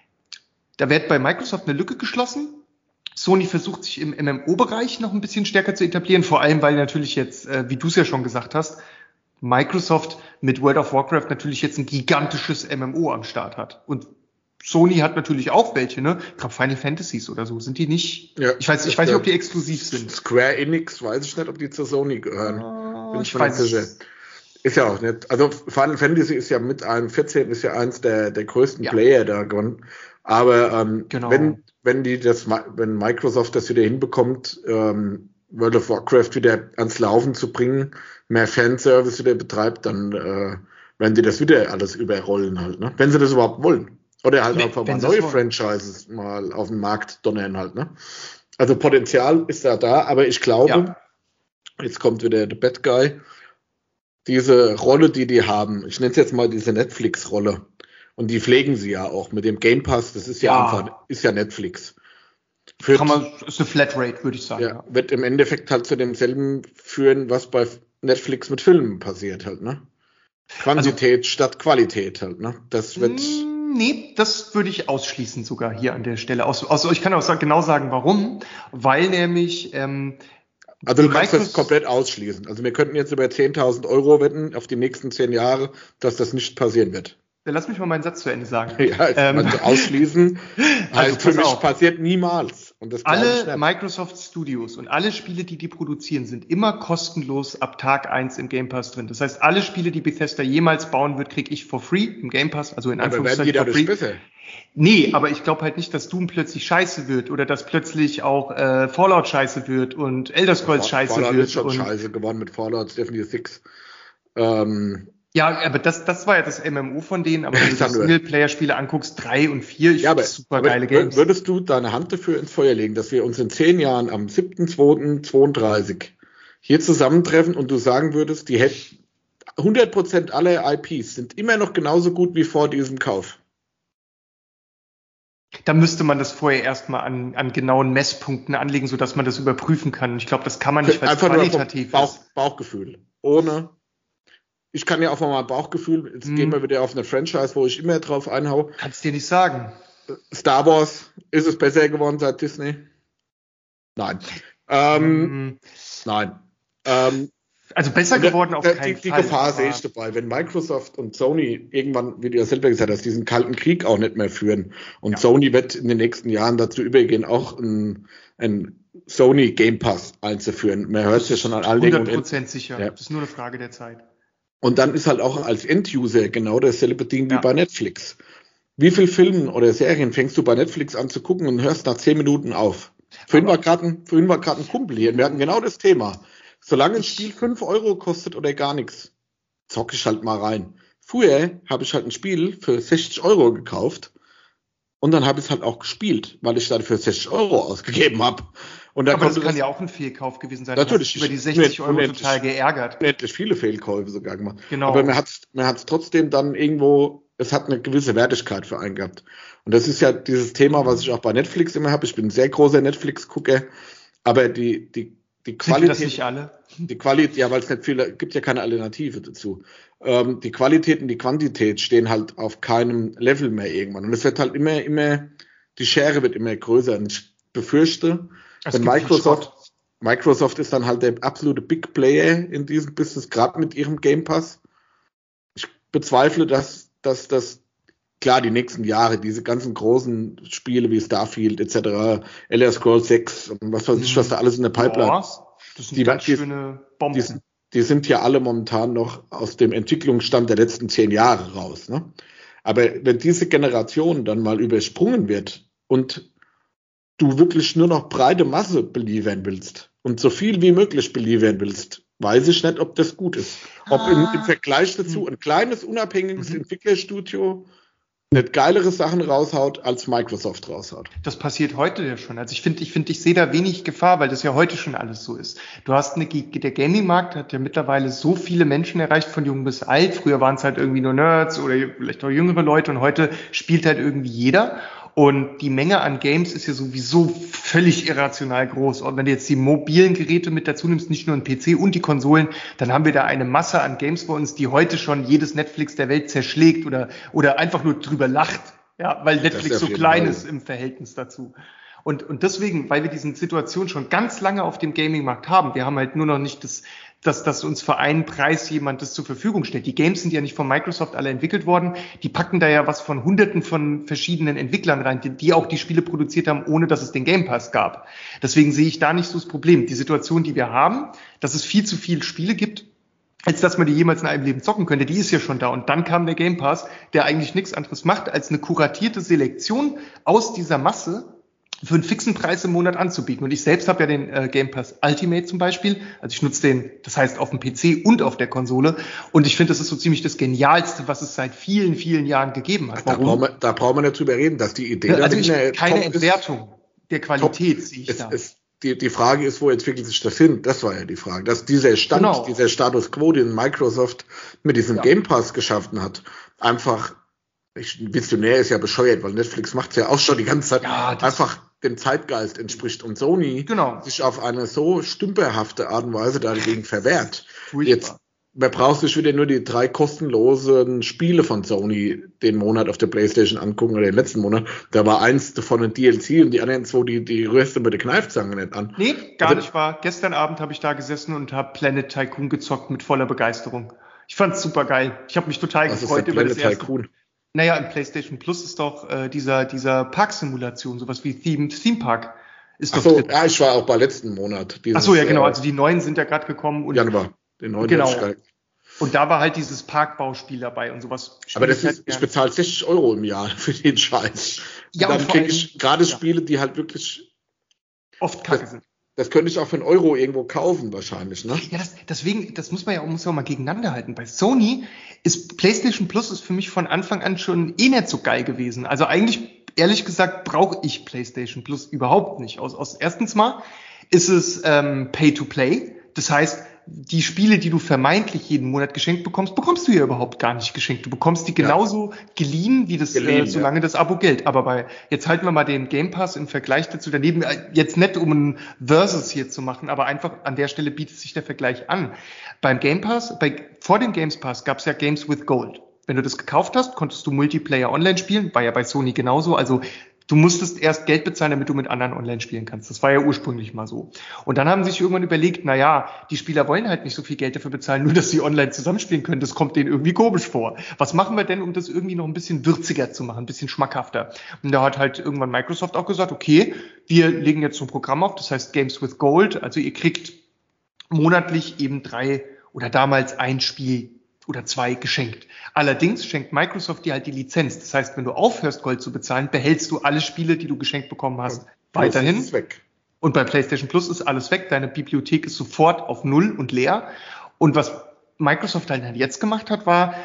da wird bei Microsoft eine Lücke geschlossen. Sony versucht sich im M M O-Bereich noch ein bisschen stärker zu etablieren, vor allem, weil natürlich jetzt, äh, wie du es ja schon gesagt hast, Microsoft mit World of Warcraft natürlich jetzt ein gigantisches M M O am Start hat. Und Sony hat natürlich auch welche, ne? Ich glaube Final Fantasies oder so. Sind die nicht? Ja, ich weiß, ich weiß nicht, ob die exklusiv sind. Square Enix, weiß ich nicht, ob die zur Sony gehören. Oh, Bin ich, ich mir weiß nicht sicher. Ist ja auch nicht. Also Final Fantasy ist ja mit einem vierzehn ist ja eins der, der größten ja. Player da gewonnen. Aber ähm, genau. wenn, wenn die das, wenn Microsoft das wieder hinbekommt, ähm, World of Warcraft wieder ans Laufen zu bringen, mehr Fanservice wieder betreibt, dann äh, werden die das wieder alles überrollen halt, ne? Wenn sie das überhaupt wollen. Oder halt einfach mal neue Franchises mal auf den Markt donnern halt, ne? Also Potenzial ist da da, aber ich glaube, ja. jetzt kommt wieder der Bad Guy, diese Rolle, die die haben, ich nenne es jetzt mal diese Netflix-Rolle, und die pflegen sie ja auch mit dem Game Pass, das ist ja, ja. einfach, ist ja Netflix. Führt, Kann man, ist eine Flatrate, würde ich sagen. Ja, ja. Wird im Endeffekt halt zu demselben führen, was bei Netflix mit Filmen passiert halt, ne? Quantität also, statt Qualität halt, ne? Das wird. Nee, das würde ich ausschließen sogar hier an der Stelle. Aus, aus, ich kann auch genau sagen, warum. Weil nämlich. Ähm, also du kannst das komplett ausschließen. Also wir könnten jetzt über zehntausend Euro wetten auf die nächsten zehn Jahre, dass das nicht passieren wird. Lass mich mal meinen Satz zu Ende sagen. Ja, ähm, also ausschließen heißt also für mich auf. Passiert niemals. Und das alle Microsoft Studios und alle Spiele, die die produzieren, sind immer kostenlos ab Tag eins im Game Pass drin. Das heißt, alle Spiele, die Bethesda jemals bauen wird, kriege ich for free im Game Pass, also in Anführungszeichen for free. Besser? Nee, aber ich glaube halt nicht, dass Doom plötzlich scheiße wird oder dass plötzlich auch äh, Fallout scheiße wird und Elder Scrolls ja, scheiße Fallout wird. Ist schon und scheiße geworden mit Fallout Stephanie sechs. Ähm, Ja, aber das, das war ja das M M O von denen, aber wenn du die Singleplayer-Spiele anguckst, drei und vier, ich ja, finde super geile Games. Würdest du deine Hand dafür ins Feuer legen, dass wir uns in zehn Jahren am siebten zweiten zweiunddreißig hier zusammentreffen und du sagen würdest, die hätten hundert Prozent aller I Ps sind immer noch genauso gut wie vor diesem Kauf? Da müsste man das vorher erstmal an, an genauen Messpunkten anlegen, sodass man das überprüfen kann. Ich glaube, das kann man nicht, weil es qualitativ Bauch, ist. Bauchgefühl. Ohne. Ich kann ja auch mal Bauchgefühl, jetzt hm. gehen wir wieder auf eine Franchise, wo ich immer drauf einhau. Kannst dir nicht sagen. Star Wars, ist es besser geworden seit Disney? Nein. Ähm, hm. Nein. Ähm, also besser der, geworden auf der, keinen die, die Fall. Die Gefahr sehe ich dabei, wenn Microsoft und Sony irgendwann, wie du ja selber gesagt hast, diesen kalten Krieg auch nicht mehr führen. Und ja. Sony wird in den nächsten Jahren dazu übergehen, auch ein, ein Sony Game Pass einzuführen. Man hört es ja schon an allen Dingen. hundert Prozent sicher. Ja. Das ist nur eine Frage der Zeit. Und dann ist halt auch als End-User genau dasselbe Ding ja. wie bei Netflix. Wie viel Filme oder Serien fängst du bei Netflix an zu gucken und hörst nach zehn Minuten auf? Vorhin war gerade ein, vorhin war gerade ein Kumpel hier und wir hatten genau das Thema. Solange ein Spiel fünf Euro kostet oder gar nichts, zocke ich halt mal rein. Früher habe ich halt ein Spiel für sechzig Euro gekauft und dann habe ich es halt auch gespielt, weil ich dafür sechzig Euro ausgegeben habe. Und da aber das kann das, ja auch ein Fehlkauf gewesen sein. Natürlich. Du hast dich über die sechzig Euro total geärgert. Unendlich viele Fehlkäufe sogar gemacht. Genau. Aber man hat es man hat's trotzdem dann irgendwo, es hat eine gewisse Wertigkeit für einen gehabt. Und das ist ja dieses Thema, was ich auch bei Netflix immer habe. Ich bin ein sehr großer Netflix-Gucker, aber die, die, die Qualität. Sind wir das nicht alle? Die Qualität, ja, weil es nicht viele, gibt ja keine Alternative dazu. Ähm, die Qualität und die Quantität stehen halt auf keinem Level mehr irgendwann. Und es wird halt immer, immer, die Schere wird immer größer. Und ich befürchte, Es wenn gibt viel Microsoft, Schrott. Microsoft ist dann halt der absolute Big Player in diesem Business, gerade mit ihrem Game Pass. Ich bezweifle, dass, dass das, klar, die nächsten Jahre, diese ganzen großen Spiele wie Starfield et cetera, Elder Scrolls sechs und was weiß ich, was da alles in der Pipeline ist. Boah, das sind Die- ganz die- schöne Bomben. Die, sind- die sind ja alle momentan noch aus dem Entwicklungsstand der letzten zehn Jahre raus. Ne? Aber wenn diese Generation dann mal übersprungen wird und du wirklich nur noch breite Masse beliefern willst und so viel wie möglich beliefern willst, weiß ich nicht, ob das gut ist. Ob im, im Vergleich dazu ein kleines, unabhängiges Mhm. Entwicklerstudio nicht geilere Sachen raushaut, als Microsoft raushaut. Das passiert heute ja schon. Also ich finde, ich finde, ich sehe da wenig Gefahr, weil das ja heute schon alles so ist. Du hast eine, der Gaming-Markt hat ja mittlerweile so viele Menschen erreicht, von jung bis alt. Früher waren es halt irgendwie nur Nerds oder vielleicht auch jüngere Leute und heute spielt halt irgendwie jeder. Und die Menge an Games ist ja sowieso völlig irrational groß. Und wenn du jetzt die mobilen Geräte mit dazu nimmst, nicht nur ein P C und die Konsolen, dann haben wir da eine Masse an Games bei uns, die heute schon jedes Netflix der Welt zerschlägt oder, oder einfach nur drüber lacht. Ja, weil Netflix auf so jeden klein Fall. ist im Verhältnis dazu. Und, und deswegen, weil wir diese Situation schon ganz lange auf dem Gaming-Markt haben, wir haben halt nur noch nicht das, dass, dass uns für einen Preis jemand das zur Verfügung stellt. Die Games sind ja nicht von Microsoft alle entwickelt worden. Die packen da ja was von Hunderten von verschiedenen Entwicklern rein, die, die auch die Spiele produziert haben, ohne dass es den Game Pass gab. Deswegen sehe ich da nicht so das Problem. Die Situation, die wir haben, dass es viel zu viele Spiele gibt, als dass man die jemals in einem Leben zocken könnte, die ist ja schon da. Und dann kam der Game Pass, der eigentlich nichts anderes macht, als eine kuratierte Selektion aus dieser Masse für einen fixen Preis im Monat anzubieten. Und ich selbst habe ja den äh, Game Pass Ultimate zum Beispiel. Also ich nutze den, das heißt auf dem P C und auf der Konsole. Und ich finde, das ist so ziemlich das Genialste, was es seit vielen, vielen Jahren gegeben hat. Da brauchen, wir, da brauchen wir nicht drüber reden, dass die Idee Ja, also ich, dahinter keine top Entwertung der Qualität top. sehe ich Es, da. es, die, die Frage ist, wo entwickelt sich das hin? Das war ja die Frage. Dass dieser Stand, Genau. dieser Status quo, den Microsoft mit diesem Ja. Game Pass geschaffen hat, einfach, ich, Visionär ist ja bescheuert, weil Netflix macht es ja auch schon die ganze Zeit, Ja, das- einfach dem Zeitgeist entspricht und Sony Genau. sich auf eine so stümperhafte Art und Weise dagegen verwehrt. Furchtbar. Jetzt, man braucht sich wieder nur die drei kostenlosen Spiele von Sony den Monat auf der PlayStation angucken oder den letzten Monat. Da war eins davon ein D L C und die anderen zwei, die, die rührst du mit der Kneifzange nicht an. Nee, gar Also- nicht wahr. Gestern Abend habe ich da gesessen und habe Planet Tycoon gezockt mit voller Begeisterung. Ich fand's super geil. Ich habe mich total Was ist gefreut der über das Planet erste. Tycoon? Naja, im PlayStation Plus ist doch äh, dieser, dieser Parksimulation, sowas wie Theme, Theme Park ist doch Achso, drin. ja, ich war auch bei letzten Monat. Dieses, Ach so, ja genau, äh, also die neuen sind ja gerade gekommen und, Januar, den neuen Genau. hab ich gar- und da war halt dieses Parkbauspiel dabei und sowas. Aber das Spiele ist, halt ich gern. bezahle sechzig Euro im Jahr für den Scheiß. Ja, Und und dann vor kriege allem- ich gerade ja. Spiele, die halt wirklich, oft kacke sind. das könnte ich auch für einen Euro irgendwo kaufen wahrscheinlich, ne? Ja, das, deswegen, das muss man ja, muss man mal gegeneinander halten. Bei Sony ist PlayStation Plus ist für mich von Anfang an schon eh nicht so geil gewesen. Also eigentlich, ehrlich gesagt, brauche ich PlayStation Plus überhaupt nicht. Aus, aus erstens mal ist es ähm, Pay to Play. Das heißt, die Spiele, die du vermeintlich jeden Monat geschenkt bekommst, bekommst du ja überhaupt gar nicht geschenkt. Du bekommst die genauso geliehen, wie das, Geliehen, äh, solange das Abo gilt. Aber bei, jetzt halten wir mal den Game Pass im Vergleich dazu daneben, äh, jetzt nicht um ein Versus hier zu machen, aber einfach an der Stelle bietet sich der Vergleich an. Beim Game Pass, bei, vor dem Games Pass gab es ja Games with Gold. Wenn du das gekauft hast, konntest du Multiplayer online spielen, war ja bei Sony genauso. Also du musstest erst Geld bezahlen, damit du mit anderen online spielen kannst. Das war ja ursprünglich mal so. Und dann haben sie sich irgendwann überlegt, na ja, die Spieler wollen halt nicht so viel Geld dafür bezahlen, nur dass sie online zusammenspielen können. Das kommt denen irgendwie komisch vor. Was machen wir denn, um das irgendwie noch ein bisschen würziger zu machen, ein bisschen schmackhafter? Und da hat halt irgendwann Microsoft auch gesagt, okay, wir legen jetzt so ein Programm auf, das heißt Games with Gold. Also ihr kriegt monatlich eben drei oder damals ein Spiel oder zwei geschenkt. Allerdings schenkt Microsoft dir halt die Lizenz. Das heißt, wenn du aufhörst, Gold zu bezahlen, behältst du alle Spiele, die du geschenkt bekommen hast, weiterhin. Das ist weg. Und bei PlayStation Plus ist alles weg. Deine Bibliothek ist sofort auf Null und leer. Und was Microsoft halt jetzt gemacht hat, war,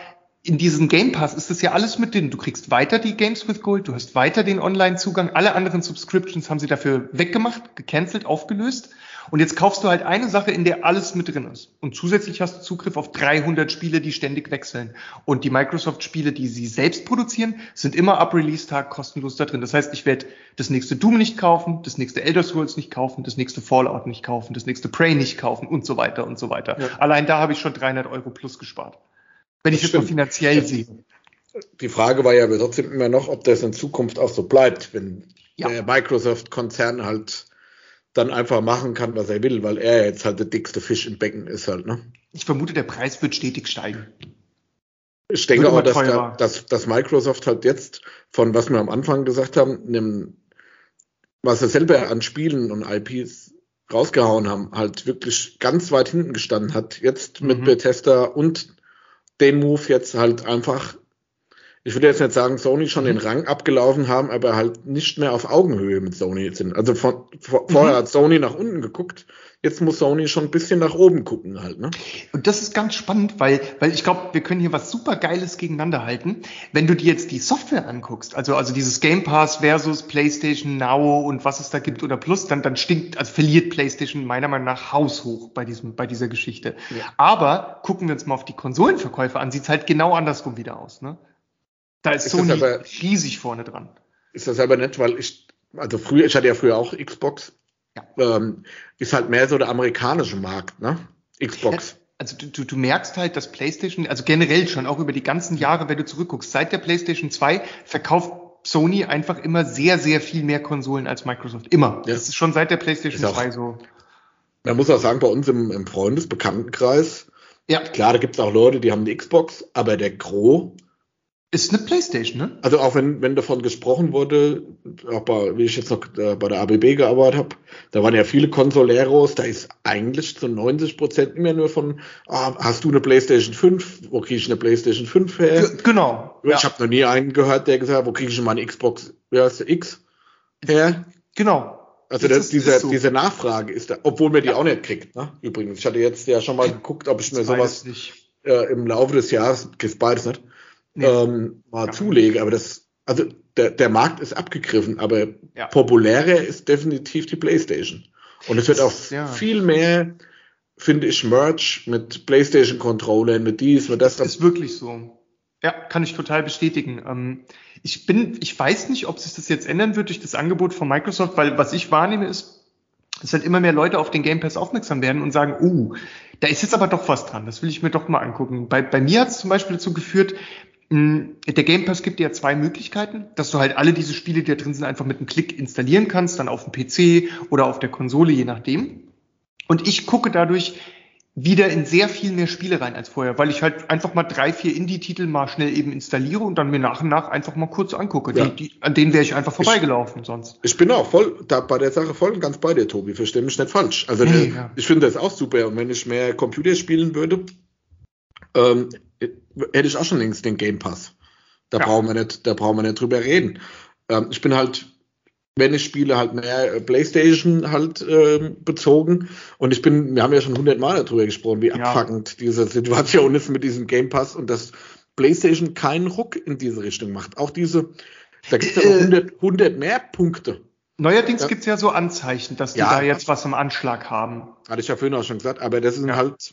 in diesem Game Pass ist das ja alles mit drin. Du kriegst weiter die Games with Gold, du hast weiter den Online-Zugang. Alle anderen Subscriptions haben sie dafür weggemacht, gecancelt, aufgelöst. Und jetzt kaufst du halt eine Sache, in der alles mit drin ist. Und zusätzlich hast du Zugriff auf dreihundert Spiele, die ständig wechseln. Und die Microsoft-Spiele, die sie selbst produzieren, sind immer ab Release-Tag kostenlos da drin. Das heißt, ich werde das nächste Doom nicht kaufen, das nächste Elder Scrolls nicht kaufen, das nächste Fallout nicht kaufen, das nächste Prey nicht kaufen und so weiter und so weiter. Ja. Allein da habe ich schon dreihundert Euro plus gespart. Wenn ich es jetzt mal finanziell das, sehe. Die Frage war ja trotzdem immer noch, ob das in Zukunft auch so bleibt, wenn ja. der Microsoft-Konzern halt dann einfach machen kann, was er will, weil er jetzt halt der dickste Fisch im Becken ist halt, ne? Ich vermute, der Preis wird stetig steigen. Ich denke auch, dass, da, dass, dass Microsoft halt jetzt von, was wir am Anfang gesagt haben, nem, was sie selber an Spielen und I Ps rausgehauen haben, halt wirklich ganz weit hinten gestanden hat. Jetzt mit mhm. Bethesda und den Move jetzt halt einfach, ich würde jetzt nicht sagen, Sony schon mhm. den Rang abgelaufen haben, aber halt nicht mehr auf Augenhöhe mit Sony sind. Also von, vor, mhm. vorher hat Sony nach unten geguckt, jetzt muss Sony schon ein bisschen nach oben gucken halt, ne? Und das ist ganz spannend, weil, weil ich glaube, wir können hier was super Geiles gegeneinander halten. Wenn du dir jetzt die Software anguckst, also, also dieses Game Pass versus PlayStation Now und was es da gibt oder Plus, dann, dann stinkt, also verliert PlayStation meiner Meinung nach haushoch bei diesem, bei dieser Geschichte. Ja. Aber gucken wir uns mal auf die Konsolenverkäufe an, sieht's halt genau andersrum wieder aus, ne? Da ist, ist Sony aber, riesig vorne dran. Ist das aber nett, weil ich, also früher, ich hatte ja früher auch Xbox, ja. ähm, ist halt mehr so der amerikanische Markt, ne? Xbox. Ja, also du, du, du merkst halt, dass PlayStation, also generell schon auch über die ganzen Jahre, wenn du zurückguckst, seit der PlayStation zwei verkauft Sony einfach immer sehr, sehr viel mehr Konsolen als Microsoft. Immer. Ja. Das ist schon seit der PlayStation zwei so. Man muss auch sagen, bei uns im, im Freundesbekanntenkreis, ja. Klar, da gibt es auch Leute, die haben eine Xbox, aber der Gros ist eine PlayStation, ne? Also auch wenn, wenn davon gesprochen wurde, auch bei, wie ich jetzt noch äh, bei der A B B gearbeitet habe, da waren ja viele Consoleros, da ist eigentlich zu neunzig Prozent immer nur von, ah, hast du eine PlayStation fünf? Wo kriege ich eine PlayStation fünf her? G- genau. Ich ja. habe noch nie einen gehört, der gesagt hat, wo kriege ich denn meine Xbox, ja, ist der X her? Genau. Also das, ist, diese, so. diese Nachfrage ist da, obwohl man die ja. auch nicht kriegt, ne? Übrigens, ich hatte jetzt ja schon mal geguckt, ob ich mir sowas äh, im Laufe des Jahres, kriegst beides nicht, Nee. Ähm, mal ja. zulege, aber das, also der, der Markt ist abgegriffen, aber ja. populärer ist definitiv die PlayStation. Und es wird auch ja. viel mehr, finde ich, Merch mit PlayStation-Controllern, mit dies, mit das. Das ist wirklich so. Ja, kann ich total bestätigen. Ähm, ich bin, ich weiß nicht, ob sich das jetzt ändern wird durch das Angebot von Microsoft, weil was ich wahrnehme ist, dass halt immer mehr Leute auf den Game Pass aufmerksam werden und sagen, oh, da ist jetzt aber doch was dran, das will ich mir doch mal angucken. Bei, bei mir hat es zum Beispiel dazu geführt, der Game Pass gibt dir ja zwei Möglichkeiten, dass du halt alle diese Spiele, die da drin sind, einfach mit einem Klick installieren kannst, dann auf dem P C oder auf der Konsole, je nachdem. Und ich gucke dadurch wieder in sehr viel mehr Spiele rein als vorher, weil ich halt einfach mal drei, vier Indie-Titel mal schnell eben installiere und dann mir nach und nach einfach mal kurz angucke. Ja. Die, die, an denen wäre ich einfach vorbeigelaufen ich, sonst. Ich bin auch voll da bei der Sache voll und ganz bei dir, Tobi. Versteh mich nicht falsch. Also nee, der, ja. ich finde das auch super. Und wenn ich mehr Computer spielen würde, ähm, hätte ich auch schon längst den Game Pass. Da ja. brauchen wir nicht, da brauchen wir nicht drüber reden. Ähm, ich bin halt, wenn ich spiele, halt mehr PlayStation halt äh, bezogen. Und ich bin, wir haben ja schon hundertmal darüber gesprochen, wie ja. abfuckend diese Situation ist mit diesem Game Pass und dass PlayStation keinen Ruck in diese Richtung macht. Auch diese, da gibt es ja noch hundert, hundert mehr Punkte. Neuerdings ja. gibt es ja so Anzeichen, dass die ja. da jetzt was im Anschlag haben. Hatte ich ja vorhin auch schon gesagt, aber das sind ja. halt,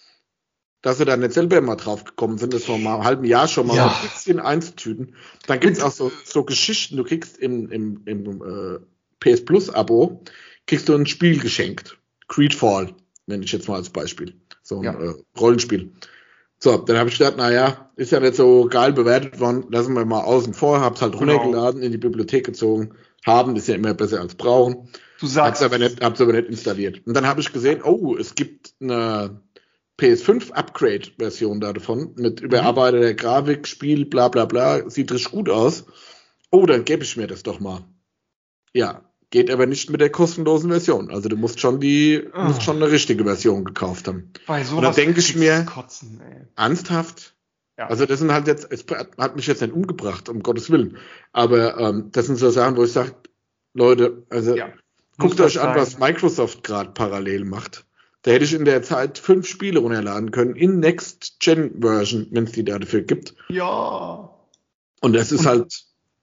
dass sie da nicht selber mal drauf gekommen sind, das vor einem halben Jahr schon mal ja. ein bisschen einzutüten. Dann gibt es auch so, so Geschichten, du kriegst im, im, im äh, P S Plus Abo, kriegst du ein Spiel geschenkt. Creedfall, nenne ich jetzt mal als Beispiel. So ein ja. äh, Rollenspiel. So, dann habe ich gedacht, naja, ist ja nicht so geil bewertet worden, lassen wir mal außen vor, hab's halt genau. runtergeladen, in die Bibliothek gezogen. Haben ist ja immer besser als brauchen. Du sagst. Hab's aber nicht, hab's aber nicht installiert. Und dann habe ich gesehen, oh, es gibt eine P S fünf Upgrade-Version davon mit überarbeiteter Grafik, Spiel, bla bla bla, sieht richtig gut aus. Oh, dann gebe ich mir das doch mal. Ja, geht aber nicht mit der kostenlosen Version. Also du musst schon die, oh. musst schon eine richtige Version gekauft haben. Bei sowas und dann denke ich mir, kotzen, ey. Ernsthaft? Ja. Also das sind halt jetzt, es hat mich jetzt nicht umgebracht, um Gottes Willen. Aber ähm, das sind so Sachen, wo ich sage, Leute, also ja, guckt euch an, sein. was Microsoft gerade parallel macht. Da hätte ich in der Zeit fünf Spiele runterladen können, in Next-Gen-Version, wenn es die da dafür gibt. Ja. Und das ist Und, halt,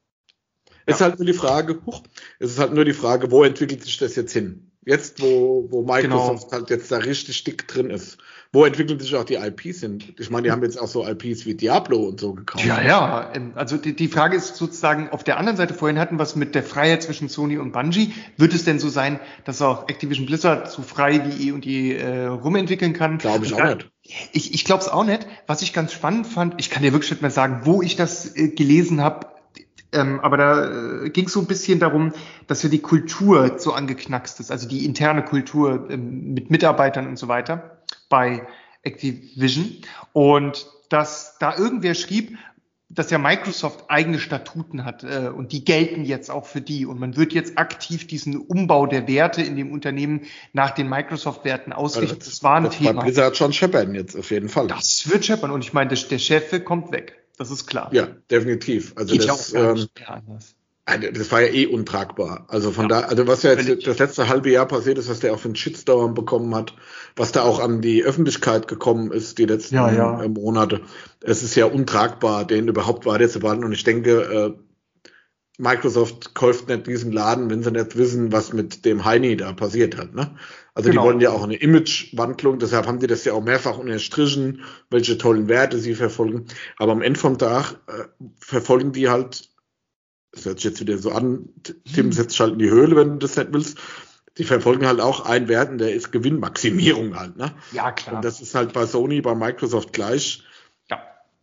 ja. ist halt nur die Frage, huch, es ist halt nur die Frage, wo entwickelt sich das jetzt hin? Jetzt, wo, wo Microsoft Genau. halt jetzt da richtig dick drin ist. Wo entwickeln sich auch die I Ps hin? Ich meine, die haben jetzt auch so I Ps wie Diablo und so gekauft. Ja, ja. ähm, Also die, die Frage ist sozusagen auf der anderen Seite, vorhin hatten wir es mit der Freiheit zwischen Sony und Bungie. Wird es denn so sein, dass auch Activision Blizzard so frei wie eh und je äh, rumentwickeln kann? Glaube ich Und auch da- nicht. Ich, ich glaube es auch nicht. Was ich ganz spannend fand, ich kann dir wirklich nicht mehr sagen, wo ich das äh, gelesen habe, ähm, aber da äh, ging es so ein bisschen darum, dass ja die Kultur so angeknackst ist, also die interne Kultur ähm, mit Mitarbeitern und so weiter bei Activision. Und dass da irgendwer schrieb, dass ja Microsoft eigene Statuten hat äh, und die gelten jetzt auch für die. Und man wird jetzt aktiv diesen Umbau der Werte in dem Unternehmen nach den Microsoft-Werten ausrichten. Also Das war ein das bei Thema. Blizzard schon scheppern jetzt auf jeden Fall. Das wird scheppern. Und ich meine, der, der Chef kommt weg. Das ist klar. Ja, definitiv. Also Geht ja das, auch gar ähm, nicht mehr anders. also das war ja eh untragbar. Also von Ja, da, also was ja jetzt völlig. das letzte halbe Jahr passiert ist, was der auch für einen Shitstorm bekommen hat, was da auch an die Öffentlichkeit gekommen ist, die letzten Ja, ja. äh, Monate. Es ist ja untragbar, den überhaupt weiterzubehalten. Und ich denke, äh, Microsoft kauft nicht diesen Laden, wenn sie nicht wissen, was mit dem Heini da passiert hat. Ne? Also Genau. die wollen ja auch eine Imagewandlung, deshalb haben die das ja auch mehrfach unterstrichen, welche tollen Werte sie verfolgen. Aber am Ende vom Tag äh, verfolgen die halt, das hört sich jetzt wieder so an, Tim setzt halt in die Höhle, wenn du das nicht willst. Die verfolgen halt auch einen Wert, und der ist Gewinnmaximierung halt. Ne? Ja, klar. Und das ist halt bei Sony, bei Microsoft gleich. Ja.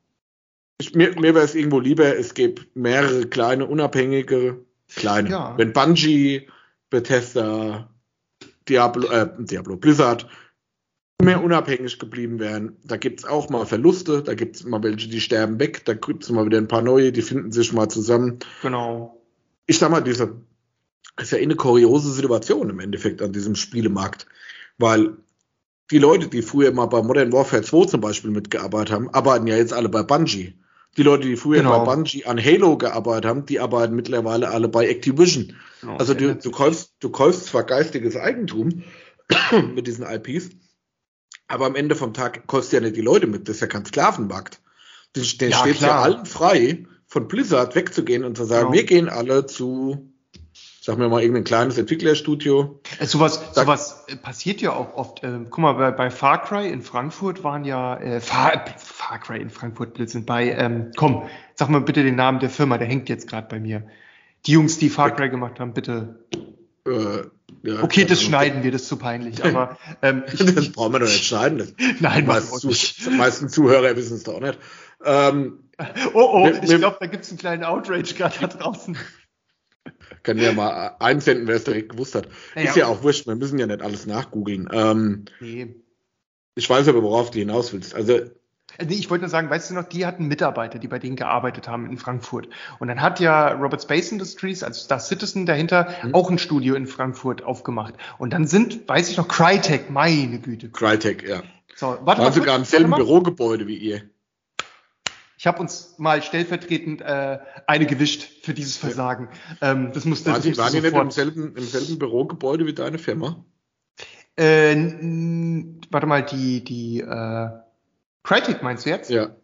Ich, mir mir wäre es irgendwo lieber, es gäbe mehrere kleine, unabhängige, kleine. Ja. Wenn Bungie, Bethesda, Diablo, äh, Diablo, Blizzard mehr unabhängig geblieben wären, da gibt es auch mal Verluste, da gibt es mal welche, die sterben weg, da gibt es mal wieder ein paar neue, die finden sich mal zusammen. Genau. Ich sag mal, diese ist ja eh eine kuriose Situation im Endeffekt an diesem Spielemarkt, weil die Leute, die früher mal bei Modern Warfare zwei zum Beispiel mitgearbeitet haben, arbeiten ja jetzt alle bei Bungie. Die Leute, die früher Genau. bei Bungie an Halo gearbeitet haben, die arbeiten mittlerweile alle bei Activision. Genau. Also Das du, ändert du, sich. kaufst, du kaufst zwar geistiges Eigentum mit diesen I Ps, aber am Ende vom Tag kaufst du ja nicht die Leute mit. Das ist ja kein Sklavenmarkt. Den, den Ja, steht ja klar. allen frei, von Blizzard wegzugehen und zu sagen, Genau. wir gehen alle zu, sagen wir mal, irgendein kleines Entwicklerstudio. Äh, Sowas, Sag- sowas äh, passiert ja auch oft. Ähm, guck mal, bei, bei Far Cry in Frankfurt waren ja äh, Far, Far Cry in Frankfurt Blödsinn. Bei, ähm, komm, sag mal bitte den Namen der Firma, der hängt jetzt gerade bei mir. Die Jungs, die Far Cry gemacht haben, bitte. Äh, ja, Okay, das also, schneiden wir, das ist zu peinlich. Aber ähm, ich, Das brauchen wir doch nicht schneiden. Das nein, die machen meisten, wir Zu, nicht. die meisten Zuhörer wissen es doch nicht. Ähm, Oh, oh, Wir- ich wir- glaube, da gibt's einen kleinen Outrage gerade da draußen. können wir mal einsenden, wer es direkt gewusst hat. Ja, Ist ja auch wurscht, wir müssen ja nicht alles nachgoogeln. Ähm, Nee. ich weiß aber, worauf du hinaus willst. Also, Äh, Nee, ich wollte nur sagen, weißt du noch, die hatten Mitarbeiter, die bei denen gearbeitet haben in Frankfurt. Und dann hat ja Robert Space Industries, also Star Citizen dahinter, Mhm. auch ein Studio in Frankfurt aufgemacht. Und dann sind, weiß ich noch, Crytek, meine Güte. Crytek, ja. So, warte Waren mal, sogar im kurz, selben warte mal. Bürogebäude wie ihr. Ich habe uns mal stellvertretend äh, eine gewischt für dieses Versagen. Ähm, das musste, Waren das die, musste waren die nicht im sofort. selben, im selben Bürogebäude wie deine Firma? Äh, n- warte mal, die, die äh, Crytek meinst du jetzt? Ja.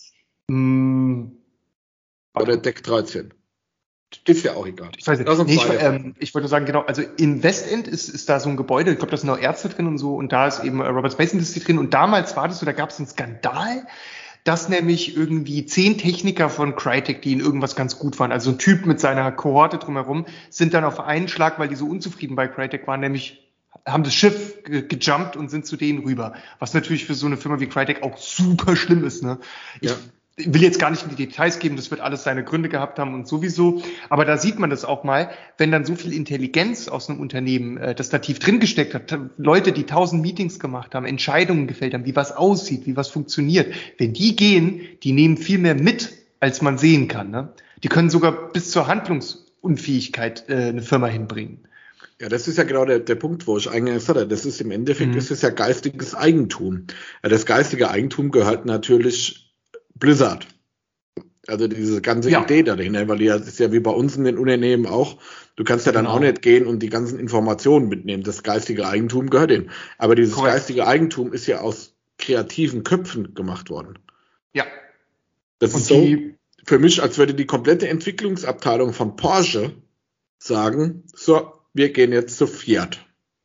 Mm, Oder Deck dreizehn. Ist ja auch egal. Ich weiß nicht. Lass uns Nee, ich, weiter. ähm, ich wollte nur sagen, genau, also in Westend ist, ist da so ein Gebäude, ich glaube, da sind auch Ärzte drin und so, und da ist eben äh, Robert Space Industries drin. Und damals war das so, da gab es einen Skandal, dass nämlich irgendwie zehn Techniker von Crytek, die in irgendwas ganz gut waren, also ein Typ mit seiner Kohorte drumherum, sind dann auf einen Schlag, weil die so unzufrieden bei Crytek waren, nämlich haben das Schiff ge gejumpt und sind zu denen rüber. Was natürlich für so eine Firma wie Crytek auch super schlimm ist. Ne? Ich Ja. will jetzt gar nicht in die Details geben, das wird alles seine Gründe gehabt haben und sowieso. Aber da sieht man das auch mal, wenn dann so viel Intelligenz aus einem Unternehmen, äh, das da tief drin gesteckt hat, Leute, die tausend Meetings gemacht haben, Entscheidungen gefällt haben, wie was aussieht, wie was funktioniert. Wenn die gehen, die nehmen viel mehr mit, als man sehen kann. Ne? Die können sogar bis zur Handlungsunfähigkeit äh, eine Firma hinbringen. Ja, das ist ja genau der, der Punkt, wo ich eingangs hatte. Das ist im Endeffekt, Mhm. das ist ja geistiges Eigentum. Ja, das geistige Eigentum gehört natürlich Blizzard. Also diese ganze Ja. Idee dahinter, weil ja, das ist ja wie bei uns in den Unternehmen auch, du kannst ja dann Genau. auch nicht gehen und die ganzen Informationen mitnehmen. Das geistige Eigentum gehört denen. Aber dieses Korrekt. geistige Eigentum ist ja aus kreativen Köpfen gemacht worden. Ja. Das Und ist so die, für mich, als würde die komplette Entwicklungsabteilung von Porsche sagen, so, wir gehen jetzt zu Fiat.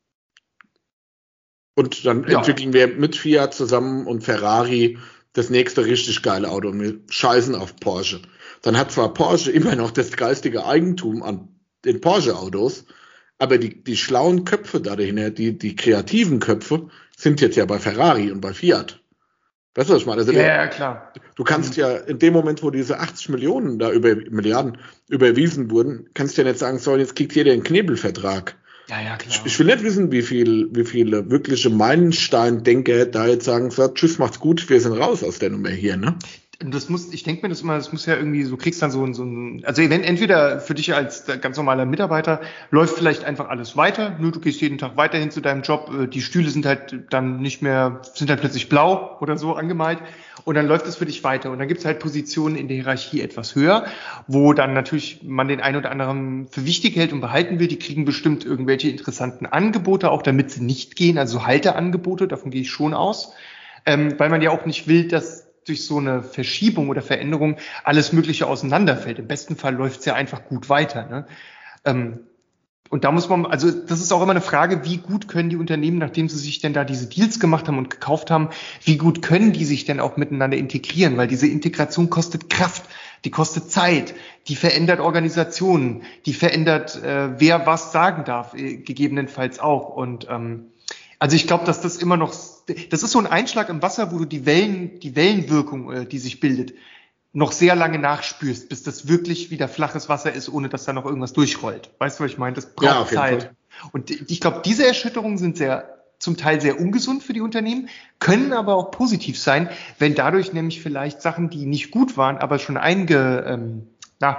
Und dann Ja. entwickeln wir mit Fiat zusammen und Ferrari das nächste richtig geile Auto und wir scheißen auf Porsche. Dann hat zwar Porsche immer noch das geistige Eigentum an den Porsche-Autos, aber die, die schlauen Köpfe da dahinter, die, die kreativen Köpfe, sind jetzt ja bei Ferrari und bei Fiat. Weißt du, was ich meine? Also ja, der, ja, klar. du kannst ja in dem Moment, wo diese achtzig Millionen da über Milliarden überwiesen wurden, kannst du ja nicht sagen, so, jetzt kriegt jeder einen Knebelvertrag. Ja, ja, Ich, klar. ich will nicht wissen, wie viel, wie viele wirkliche Meilenstein-Denker da jetzt sagen, so, tschüss, macht's gut, wir sind raus aus der Nummer hier, ne? Und das muss, ich denke mir das immer, das muss ja irgendwie, so kriegst dann so ein, so ein, also wenn entweder für dich als ganz normaler Mitarbeiter läuft vielleicht einfach alles weiter, nur du gehst jeden Tag weiterhin zu deinem Job, äh, die Stühle sind halt dann nicht mehr, sind halt plötzlich blau oder so angemalt und dann läuft es für dich weiter und dann gibt es halt Positionen in der Hierarchie etwas höher, wo dann natürlich man den einen oder anderen für wichtig hält und behalten will, die kriegen bestimmt irgendwelche interessanten Angebote, auch damit sie nicht gehen, also Halteangebote, davon gehe ich schon aus, ähm, weil man ja auch nicht will, dass durch so eine Verschiebung oder Veränderung alles Mögliche auseinanderfällt. Im besten Fall läuft es ja einfach gut weiter. Ne? Ähm, und da muss man, also das ist auch immer eine Frage, wie gut können die Unternehmen, nachdem sie sich denn da diese Deals gemacht haben und gekauft haben, wie gut können die sich denn auch miteinander integrieren? Weil diese Integration kostet Kraft, die kostet Zeit, die verändert Organisationen, die verändert, äh, wer was sagen darf, äh, gegebenenfalls auch. Und ähm, also ich glaube, dass das immer noch, das ist so ein Einschlag im Wasser, wo du die Wellen, die Wellenwirkung, äh, die sich bildet, noch sehr lange nachspürst, bis das wirklich wieder flaches Wasser ist, ohne dass da noch irgendwas durchrollt. Weißt du, was ich meine? Das braucht Ja, auf jeden Zeit. Fall. Und ich glaube, diese Erschütterungen sind sehr, zum Teil sehr ungesund für die Unternehmen, können aber auch positiv sein, wenn dadurch nämlich vielleicht Sachen, die nicht gut waren, aber schon einge, ähm, na,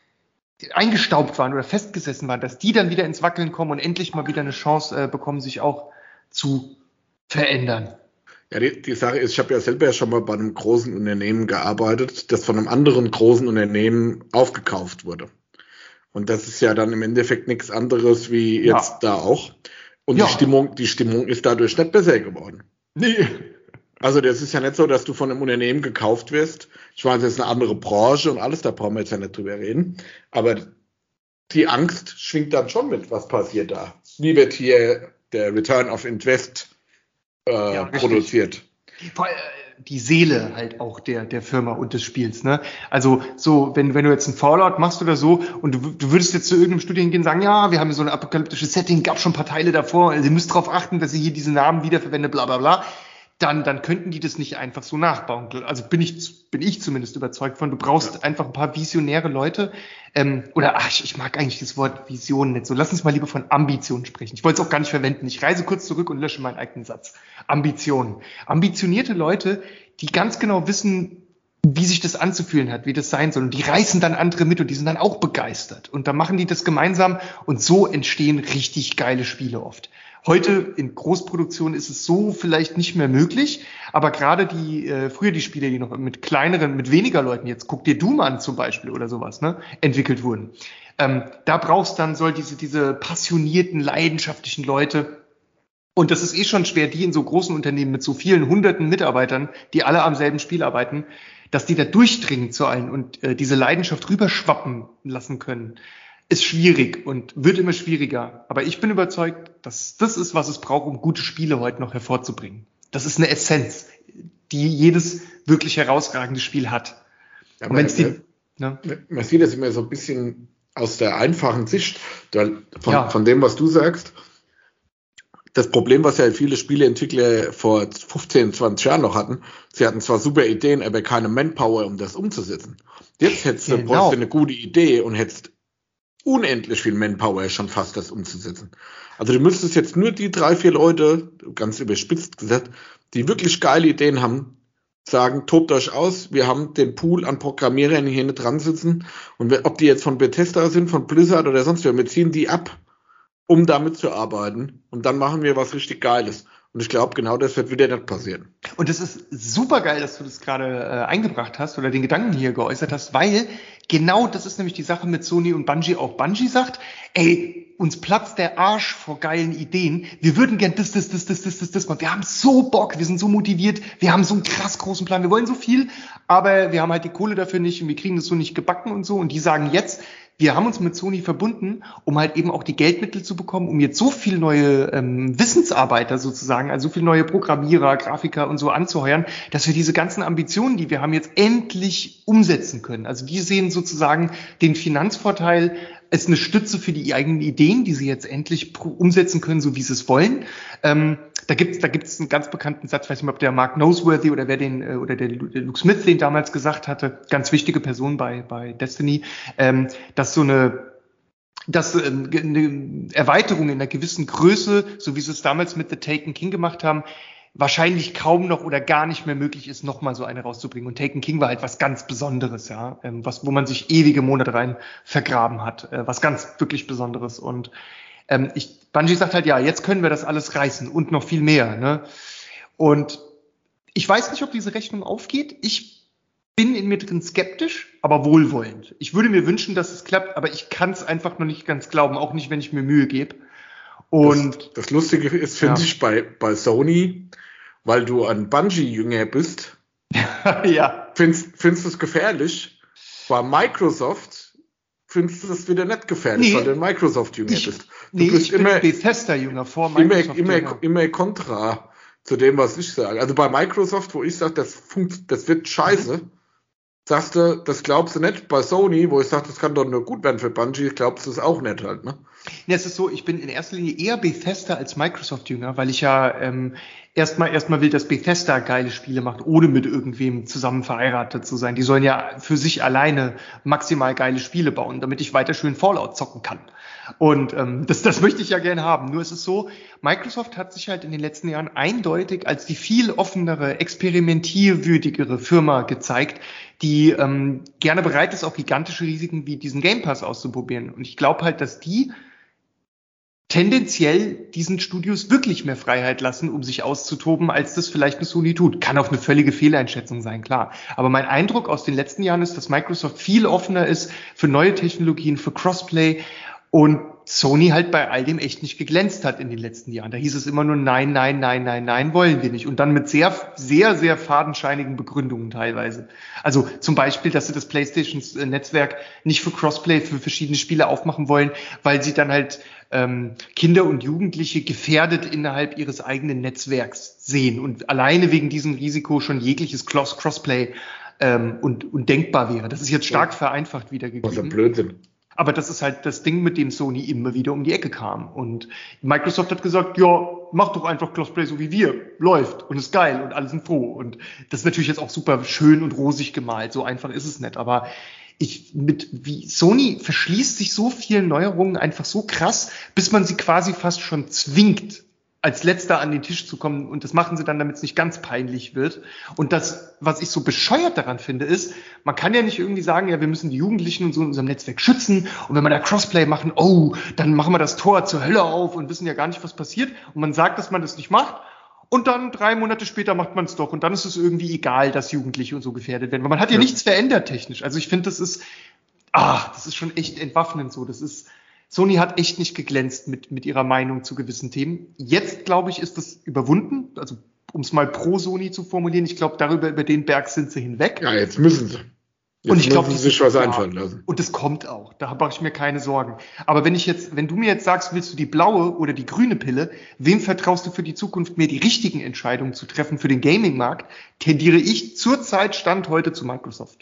eingestaubt waren oder festgesessen waren, dass die dann wieder ins Wackeln kommen und endlich mal wieder eine Chance äh, bekommen, sich auch zu verändern. Ja, die, die Sache ist, ich habe ja selber schon mal bei einem großen Unternehmen gearbeitet, das von einem anderen großen Unternehmen aufgekauft wurde. Und das ist ja dann im Endeffekt nichts anderes wie jetzt Ja. da auch. Und Ja. die Stimmung, die Stimmung ist dadurch nicht besser geworden. Nee. Also das ist ja nicht so, dass du von einem Unternehmen gekauft wirst. Ich meine, das ist eine andere Branche und alles, da brauchen wir jetzt ja nicht drüber reden. Aber die Angst schwingt dann schon mit, was passiert da. Wie wird hier der Return of Invest äh, Ja, richtig. produziert? Vor allem, äh, die Seele halt auch der, der Firma und des Spiels, ne? Also, so, wenn, wenn du jetzt ein Fallout machst oder so und du, du würdest jetzt zu irgendeinem Studio gehen und sagen, ja, wir haben hier so ein apokalyptisches Setting, gab schon ein paar Teile davor, also ihr müsst darauf achten, dass ihr hier diese Namen wiederverwendet, bla, bla, bla. Dann, dann könnten die das nicht einfach so nachbauen. Also bin ich, bin ich zumindest überzeugt von. Du brauchst ja. einfach ein paar visionäre Leute. Ähm, oder, ach, ich, ich mag eigentlich das Wort Vision nicht so. Lass uns mal lieber von Ambition sprechen. Ich wollte es auch gar nicht verwenden. Ich reise kurz zurück und lösche meinen eigenen Satz. Ambitionen. Ambitionierte Leute, die ganz genau wissen, wie sich das anzufühlen hat, wie das sein soll. Und die reißen dann andere mit und die sind dann auch begeistert. Und dann machen die das gemeinsam und so entstehen richtig geile Spiele oft. Heute in Großproduktion ist es so vielleicht nicht mehr möglich, aber gerade die, äh, früher die Spiele, die noch mit kleineren, mit weniger Leuten, jetzt guck dir Doom an zum Beispiel oder sowas, ne, entwickelt wurden. Ähm, da brauchst dann, soll diese, diese passionierten, leidenschaftlichen Leute. Und das ist eh schon schwer, die in so großen Unternehmen mit so vielen hunderten Mitarbeitern, die alle am selben Spiel arbeiten, dass die da durchdringen zu allen und äh, diese Leidenschaft rüberschwappen lassen können, ist schwierig und wird immer schwieriger. Aber ich bin überzeugt, dass das ist, was es braucht, um gute Spiele heute noch hervorzubringen. Das ist eine Essenz, die jedes wirklich herausragende Spiel hat. Ja, und wenn's die, man, ne? man sieht das immer so ein bisschen aus der einfachen Sicht, weil von, Ja. von dem, was du sagst. Das Problem, was ja viele Spieleentwickler vor fünfzehn, zwanzig Jahren noch hatten, sie hatten zwar super Ideen, aber keine Manpower, um das umzusetzen. Jetzt hättest du Genau. brauchst du eine gute Idee und hättest unendlich viel Manpower schon fast, das umzusetzen. Also du müsstest jetzt nur die drei, vier Leute, ganz überspitzt gesagt, die wirklich geile Ideen haben, sagen, tobt euch aus, wir haben den Pool an Programmierern, die hier nicht dran sitzen und wir, ob die jetzt von Bethesda sind, von Blizzard oder sonst wer, wir ziehen die ab, um damit zu arbeiten und dann machen wir was richtig Geiles. Und ich glaube, genau das wird wieder nicht passieren. Und es ist super geil, dass du das gerade äh, eingebracht hast oder den Gedanken hier geäußert hast, weil genau das ist nämlich die Sache mit Sony und Bungie auch. Bungie sagt, ey, uns platzt der Arsch vor geilen Ideen. Wir würden gern das, das, das, das, das, das, das machen. Wir haben so Bock, wir sind so motiviert, wir haben so einen krass großen Plan, wir wollen so viel, aber wir haben halt die Kohle dafür nicht und wir kriegen das so nicht gebacken und so. Und die sagen jetzt, wir haben uns mit Sony verbunden, um halt eben auch die Geldmittel zu bekommen, um jetzt so viel neue ähm, Wissensarbeiter sozusagen, also so viel neue Programmierer, Grafiker und so anzuheuern, dass wir diese ganzen Ambitionen, die wir haben, jetzt endlich umsetzen können. Also die sehen sozusagen den Finanzvorteil als eine Stütze für die eigenen Ideen, die sie jetzt endlich umsetzen können, so wie sie es wollen. Ähm, da gibt's da gibt's einen ganz bekannten Satz, ich weiß nicht, ob der Mark Noseworthy oder wer den äh, oder der, der Luke Smith den damals gesagt hatte, ganz wichtige Person bei bei Destiny, ähm, dass so eine dass ähm, eine Erweiterung in einer gewissen Größe, so wie sie es damals mit The Taken King gemacht haben, wahrscheinlich kaum noch oder gar nicht mehr möglich ist, nochmal so eine rauszubringen. Und Taken King war halt was ganz Besonderes, ja, ähm, was, wo man sich ewige Monate rein vergraben hat, äh, was ganz wirklich Besonderes. Und ähm, ich, Bungie sagt halt, ja, jetzt können wir das alles reißen und noch viel mehr, ne? Und ich weiß nicht, ob diese Rechnung aufgeht. Ich bin in mir drin skeptisch, aber wohlwollend. Ich würde mir wünschen, dass es klappt, aber ich kann es einfach noch nicht ganz glauben, auch nicht, wenn ich mir Mühe gebe. Und das, das Lustige ist, finde ja. ich, bei, bei Sony, weil du ein Bungie-Jünger bist, ja. findest, findest du es gefährlich. Bei Microsoft findest du es wieder nicht gefährlich, Nee. weil du ein Microsoft-Jünger Ich, bist. Du nee, bist ich bin immer, Bethesda-Jünger vor immer, Microsoft. immer, Jünger. immer kontra zu dem, was ich sage. Also bei Microsoft, wo ich sage, das, funkt, das wird scheiße, sagst du, das glaubst du nicht. Bei Sony, wo ich sage, das kann doch nur gut werden für Bungie, glaubst du es auch nicht halt, ne? Ja, es ist so, ich bin in erster Linie eher Bethesda als Microsoft-Jünger, weil ich ja ähm, erstmal erstmal will, dass Bethesda geile Spiele macht, ohne mit irgendwem zusammen verheiratet zu sein. Die sollen ja für sich alleine maximal geile Spiele bauen, damit ich weiter schön Fallout zocken kann. Und ähm, das, das möchte ich ja gerne haben. Nur ist es so, Microsoft hat sich halt in den letzten Jahren eindeutig als die viel offenere, experimentierwürdigere Firma gezeigt, die ähm, gerne bereit ist, auch gigantische Risiken wie diesen Game Pass auszuprobieren. Und ich glaube halt, dass die tendenziell diesen Studios wirklich mehr Freiheit lassen, um sich auszutoben, als das vielleicht eine Sony tut. Kann auch eine völlige Fehleinschätzung sein, klar. Aber mein Eindruck aus den letzten Jahren ist, dass Microsoft viel offener ist für neue Technologien, für Crossplay und Sony halt bei all dem echt nicht geglänzt hat in den letzten Jahren. Da hieß es immer nur nein, nein, nein, nein, nein, wollen wir nicht. Und dann mit sehr, sehr, sehr fadenscheinigen Begründungen teilweise. Also zum Beispiel, dass sie das PlayStation-Netzwerk nicht für Crossplay für verschiedene Spiele aufmachen wollen, weil sie dann halt ähm, Kinder und Jugendliche gefährdet innerhalb ihres eigenen Netzwerks sehen und alleine wegen diesem Risiko schon jegliches Cross- Crossplay ähm, und, und denkbar wäre. Das ist jetzt stark vereinfacht wiedergegeben. Was ein Blödsinn. Aber das ist halt das Ding, mit dem Sony immer wieder um die Ecke kam. Und Microsoft hat gesagt, ja, mach doch einfach Crossplay so wie wir. Läuft und ist geil und alle sind froh. Und das ist natürlich jetzt auch super schön und rosig gemalt. So einfach ist es nicht. Aber ich mit wie Sony verschließt sich so vielen Neuerungen einfach so krass, bis man sie quasi fast schon zwingt, als Letzter an den Tisch zu kommen. Und das machen sie dann, damit es nicht ganz peinlich wird. Und das, was ich so bescheuert daran finde, ist, man kann ja nicht irgendwie sagen, ja, wir müssen die Jugendlichen und so in unserem Netzwerk schützen. Und wenn wir da Crossplay machen, oh, dann machen wir das Tor zur Hölle auf und wissen ja gar nicht, was passiert. Und man sagt, dass man das nicht macht. Und dann drei Monate später macht man es doch. Und dann ist es irgendwie egal, dass Jugendliche und so gefährdet werden. Weil man hat ja, ja. nichts verändert technisch. Also ich finde, das ist, ah, das ist schon echt entwaffnend so. Das ist, Sony hat echt nicht geglänzt mit, mit ihrer Meinung zu gewissen Themen. Jetzt, glaube ich, ist das überwunden. Also, um es mal pro Sony zu formulieren, ich glaube, darüber, über den Berg sind sie hinweg. Ja, jetzt müssen sie. Jetzt und ich glaube, sie sich was einfallen lassen. Und es kommt auch. Da mache ich mir keine Sorgen. Aber wenn ich jetzt, wenn du mir jetzt sagst, willst du die blaue oder die grüne Pille, wem vertraust du für die Zukunft, mir die richtigen Entscheidungen zu treffen für den Gaming-Markt, tendiere ich zurzeit Stand heute zu Microsoft.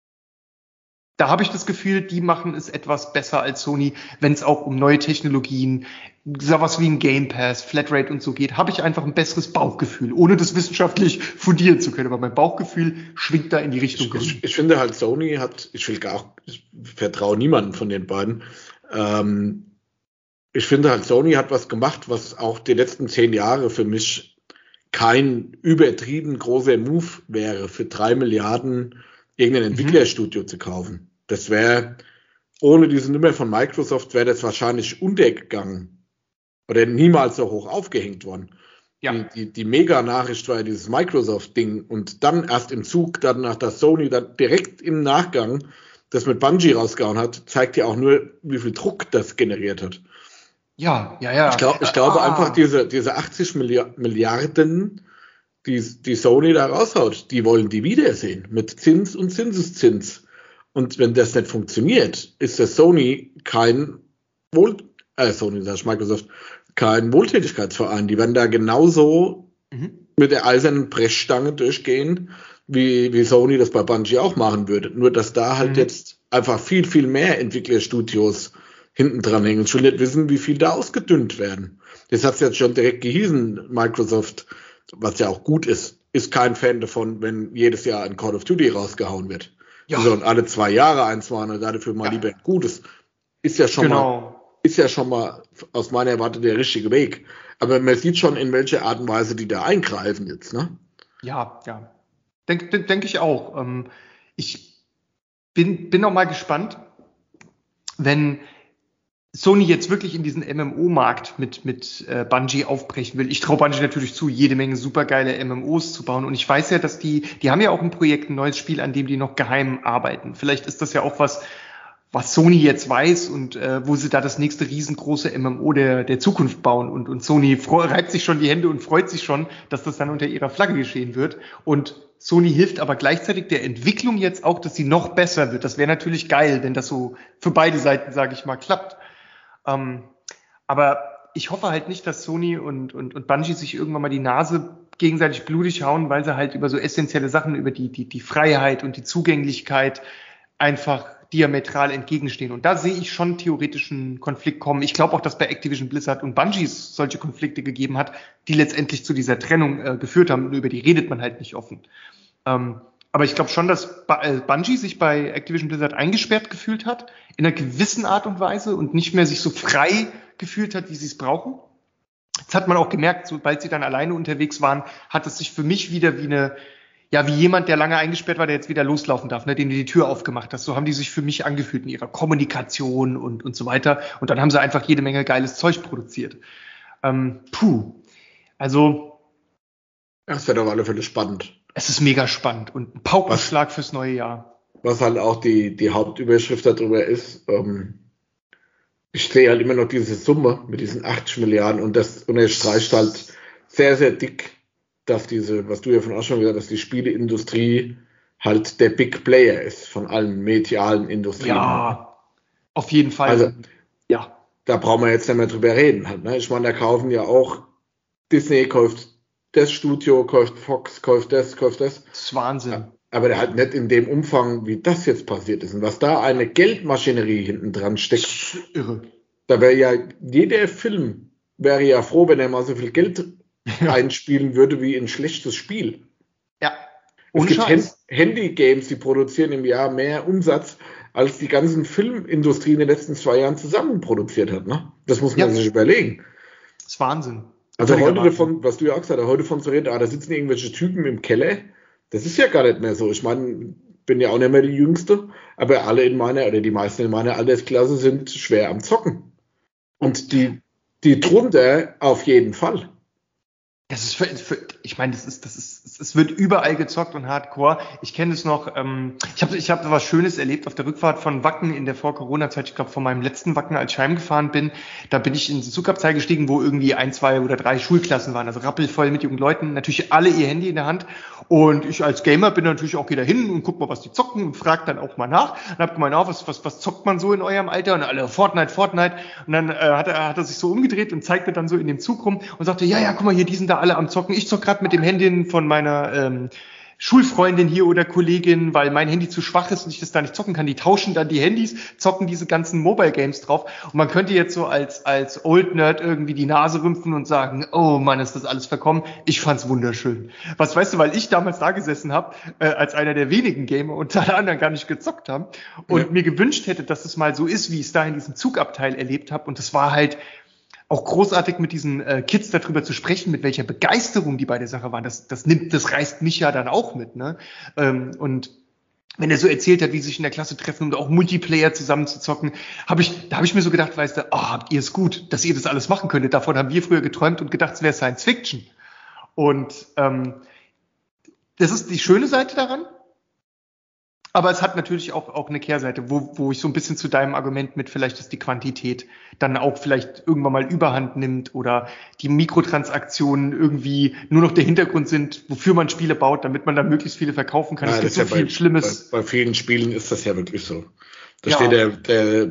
Da habe ich das Gefühl, die machen es etwas besser als Sony, wenn es auch um neue Technologien, sowas wie ein Game Pass, Flatrate und so geht, habe ich einfach ein besseres Bauchgefühl, ohne das wissenschaftlich fundieren zu können. Aber mein Bauchgefühl schwingt da in die Richtung. Ich, ich, ich finde halt, Sony hat, ich will gar, ich vertraue niemanden von den beiden. Ähm, ich finde halt, Sony hat was gemacht, was auch die letzten zehn Jahre für mich kein übertrieben großer Move wäre, für drei Milliarden irgendein Entwicklerstudio mhm. zu kaufen. Das wäre, ohne diese Nummer von Microsoft, wäre das wahrscheinlich untergegangen oder niemals so hoch aufgehängt worden. Ja. Die, die, die Mega-Nachricht war ja dieses Microsoft-Ding und dann erst im Zug, dann nach der Sony, dann direkt im Nachgang das mit Bungie rausgehauen hat, zeigt ja auch nur, wie viel Druck das generiert hat. Ja, ja, ja. Ich, glaub, ich glaube ah. einfach, diese, diese achtzig Milliarden, die, die Sony da raushaut, die wollen die wiedersehen mit Zins und Zinseszins. Und wenn das nicht funktioniert, ist der Sony kein Wohl, äh, Sony, sag ich, Microsoft, kein Wohltätigkeitsverein. Die werden da genauso mhm. mit der eisernen Brechstange durchgehen, wie, wie Sony das bei Bungie auch machen würde. Nur, dass da halt mhm. jetzt einfach viel, viel mehr Entwicklerstudios hinten dran hängen. Ich will nicht wissen, wie viel da ausgedünnt werden. Das hat es jetzt schon direkt gehießen. Microsoft, was ja auch gut ist, ist kein Fan davon, wenn jedes Jahr ein Call of Duty rausgehauen wird. Ja. Sondern alle zwei Jahre eins machen und dafür mal ja. lieber ein Gutes. Ist ja schon genau. mal, ist ja schon mal aus meiner Warte der richtige Weg. Aber man sieht schon, in welcher Art und Weise die da eingreifen jetzt, ne? Ja, ja. Denke denk, denk ich auch. Ähm, ich bin, bin auch mal gespannt, wenn Sony jetzt wirklich in diesen M M O-Markt mit, mit äh, Bungie aufbrechen will. Ich traue Bungie natürlich zu, jede Menge supergeile M M Os zu bauen. Und ich weiß ja, dass die, die haben ja auch ein Projekt, ein neues Spiel, an dem die noch geheim arbeiten. Vielleicht ist das ja auch was, was Sony jetzt weiß und äh, wo sie da das nächste riesengroße M M O der, der Zukunft bauen. Und, und Sony freu, reibt sich schon die Hände und freut sich schon, dass das dann unter ihrer Flagge geschehen wird. Und Sony hilft aber gleichzeitig der Entwicklung jetzt auch, dass sie noch besser wird. Das wäre natürlich geil, wenn das so für beide Seiten, sage ich mal, klappt. Um, aber ich hoffe halt nicht, dass Sony und, und, und Bungie sich irgendwann mal die Nase gegenseitig blutig hauen, weil sie halt über so essentielle Sachen, über die, die, die Freiheit und die Zugänglichkeit einfach diametral entgegenstehen. Und da sehe ich schon theoretischen Konflikt kommen. Ich glaube auch, dass bei Activision Blizzard und Bungie es solche Konflikte gegeben hat, die letztendlich zu dieser Trennung äh, geführt haben. Und über die redet man halt nicht offen. Um, Aber ich glaube schon, dass Bungie sich bei Activision Blizzard eingesperrt gefühlt hat, in einer gewissen Art und Weise und nicht mehr sich so frei gefühlt hat, wie sie es brauchen. Das hat man auch gemerkt, sobald sie dann alleine unterwegs waren, hat es sich für mich wieder wie eine, ja, wie jemand, der lange eingesperrt war, der jetzt wieder loslaufen darf, ne, dem du die Tür aufgemacht hast. So haben die sich für mich angefühlt in ihrer Kommunikation und, und so weiter. Und dann haben sie einfach jede Menge geiles Zeug produziert. Ähm, puh. Also. Das wird auf alle Fälle spannend. Es ist mega spannend und ein Paukenschlag was, fürs neue Jahr. Was halt auch die, die Hauptüberschrift darüber ist, ähm, ich sehe halt immer noch diese Summe mit diesen achtzig Milliarden und das unterstreicht halt sehr, sehr dick, dass diese, was du ja von auch schon gesagt hast, die Spieleindustrie halt der Big Player ist von allen medialen Industrien. Ja, auf jeden Fall. Also, ja. Da brauchen wir jetzt nicht mehr drüber reden. Halt, ne? Ich meine, da kaufen ja auch, Disney kauft das Studio, kauft Fox, kauft das, kauft das. Das ist Wahnsinn. Aber der halt nicht in dem Umfang, wie das jetzt passiert ist. Und was da eine Geldmaschinerie hinten dran steckt. Irre. Da wäre ja, jeder Film wäre ja froh, wenn er mal so viel Geld ja. einspielen würde wie ein schlechtes Spiel. Ja. Es gibt Hand- Handy-Games, die produzieren im Jahr mehr Umsatz, als die ganzen Filmindustrie in den letzten zwei Jahren zusammen produziert hat. Ne? Das muss man ja. sich überlegen. Das ist Wahnsinn. Also heute davon, was du ja auch gesagt hast, heute von zu reden, ah, da sitzen irgendwelche Typen im Keller, das ist ja gar nicht mehr so. Ich meine, bin ja auch nicht mehr die Jüngste, aber alle in meiner, oder die meisten in meiner Altersklasse sind schwer am Zocken. Und die, die drunter auf jeden Fall. Das ist für, für ich meine, das ist, das ist, es wird überall gezockt und hardcore. Ich kenne es noch, ähm, ich habe ich hab was Schönes erlebt auf der Rückfahrt von Wacken in der Vor-Corona-Zeit, ich glaube von meinem letzten Wacken, als ich heimgefahren bin, da bin ich in den Zugabteil gestiegen, wo irgendwie ein, zwei oder drei Schulklassen waren, also rappelvoll mit jungen Leuten, natürlich alle ihr Handy in der Hand und ich als Gamer bin natürlich auch wieder hin und guck mal, was die zocken und frag dann auch mal nach und hab gemeint, oh, was, was, was zockt man so in eurem Alter und alle Fortnite, Fortnite und dann äh, hat, er, hat er sich so umgedreht und zeigte dann so in dem Zug rum und sagte, ja, ja, guck mal, hier, die sind da alle am Zocken, ich zock gerade mit dem Handy von meiner ähm, Schulfreundin hier oder Kollegin, weil mein Handy zu schwach ist und ich das da nicht zocken kann. Die tauschen dann die Handys, zocken diese ganzen Mobile Games drauf. Und man könnte jetzt so als als Old Nerd irgendwie die Nase rümpfen und sagen, oh Mann, ist das alles verkommen. Ich fand's wunderschön. Was weißt du, weil ich damals da gesessen habe, äh, als einer der wenigen Gamer und alle anderen gar nicht gezockt haben und ja. mir gewünscht hätte, dass es mal so ist, wie ich es da in diesem Zugabteil erlebt habe. Und das war halt auch großartig mit diesen äh, Kids darüber zu sprechen, mit welcher Begeisterung die bei der Sache waren. Das, das nimmt, das reißt mich ja dann auch mit, ne? Ähm, und wenn er so erzählt hat, wie sie sich in der Klasse treffen, um auch Multiplayer zusammen zu zocken, habe ich, da habe ich mir so gedacht, weißt du, oh, habt ihr es gut, dass ihr das alles machen könntet. Davon haben wir früher geträumt und gedacht, es wäre Science Fiction. Und ähm, das ist die schöne Seite daran. Aber es hat natürlich auch, auch eine Kehrseite, wo, wo ich so ein bisschen zu deinem Argument mit vielleicht, dass die Quantität dann auch vielleicht irgendwann mal Überhand nimmt oder die Mikrotransaktionen irgendwie nur noch der Hintergrund sind, wofür man Spiele baut, damit man dann möglichst viele verkaufen kann. Ja, es gibt so ja viel bei, Schlimmes. Bei, bei vielen Spielen ist das ja wirklich so. Da Ja. steht der, der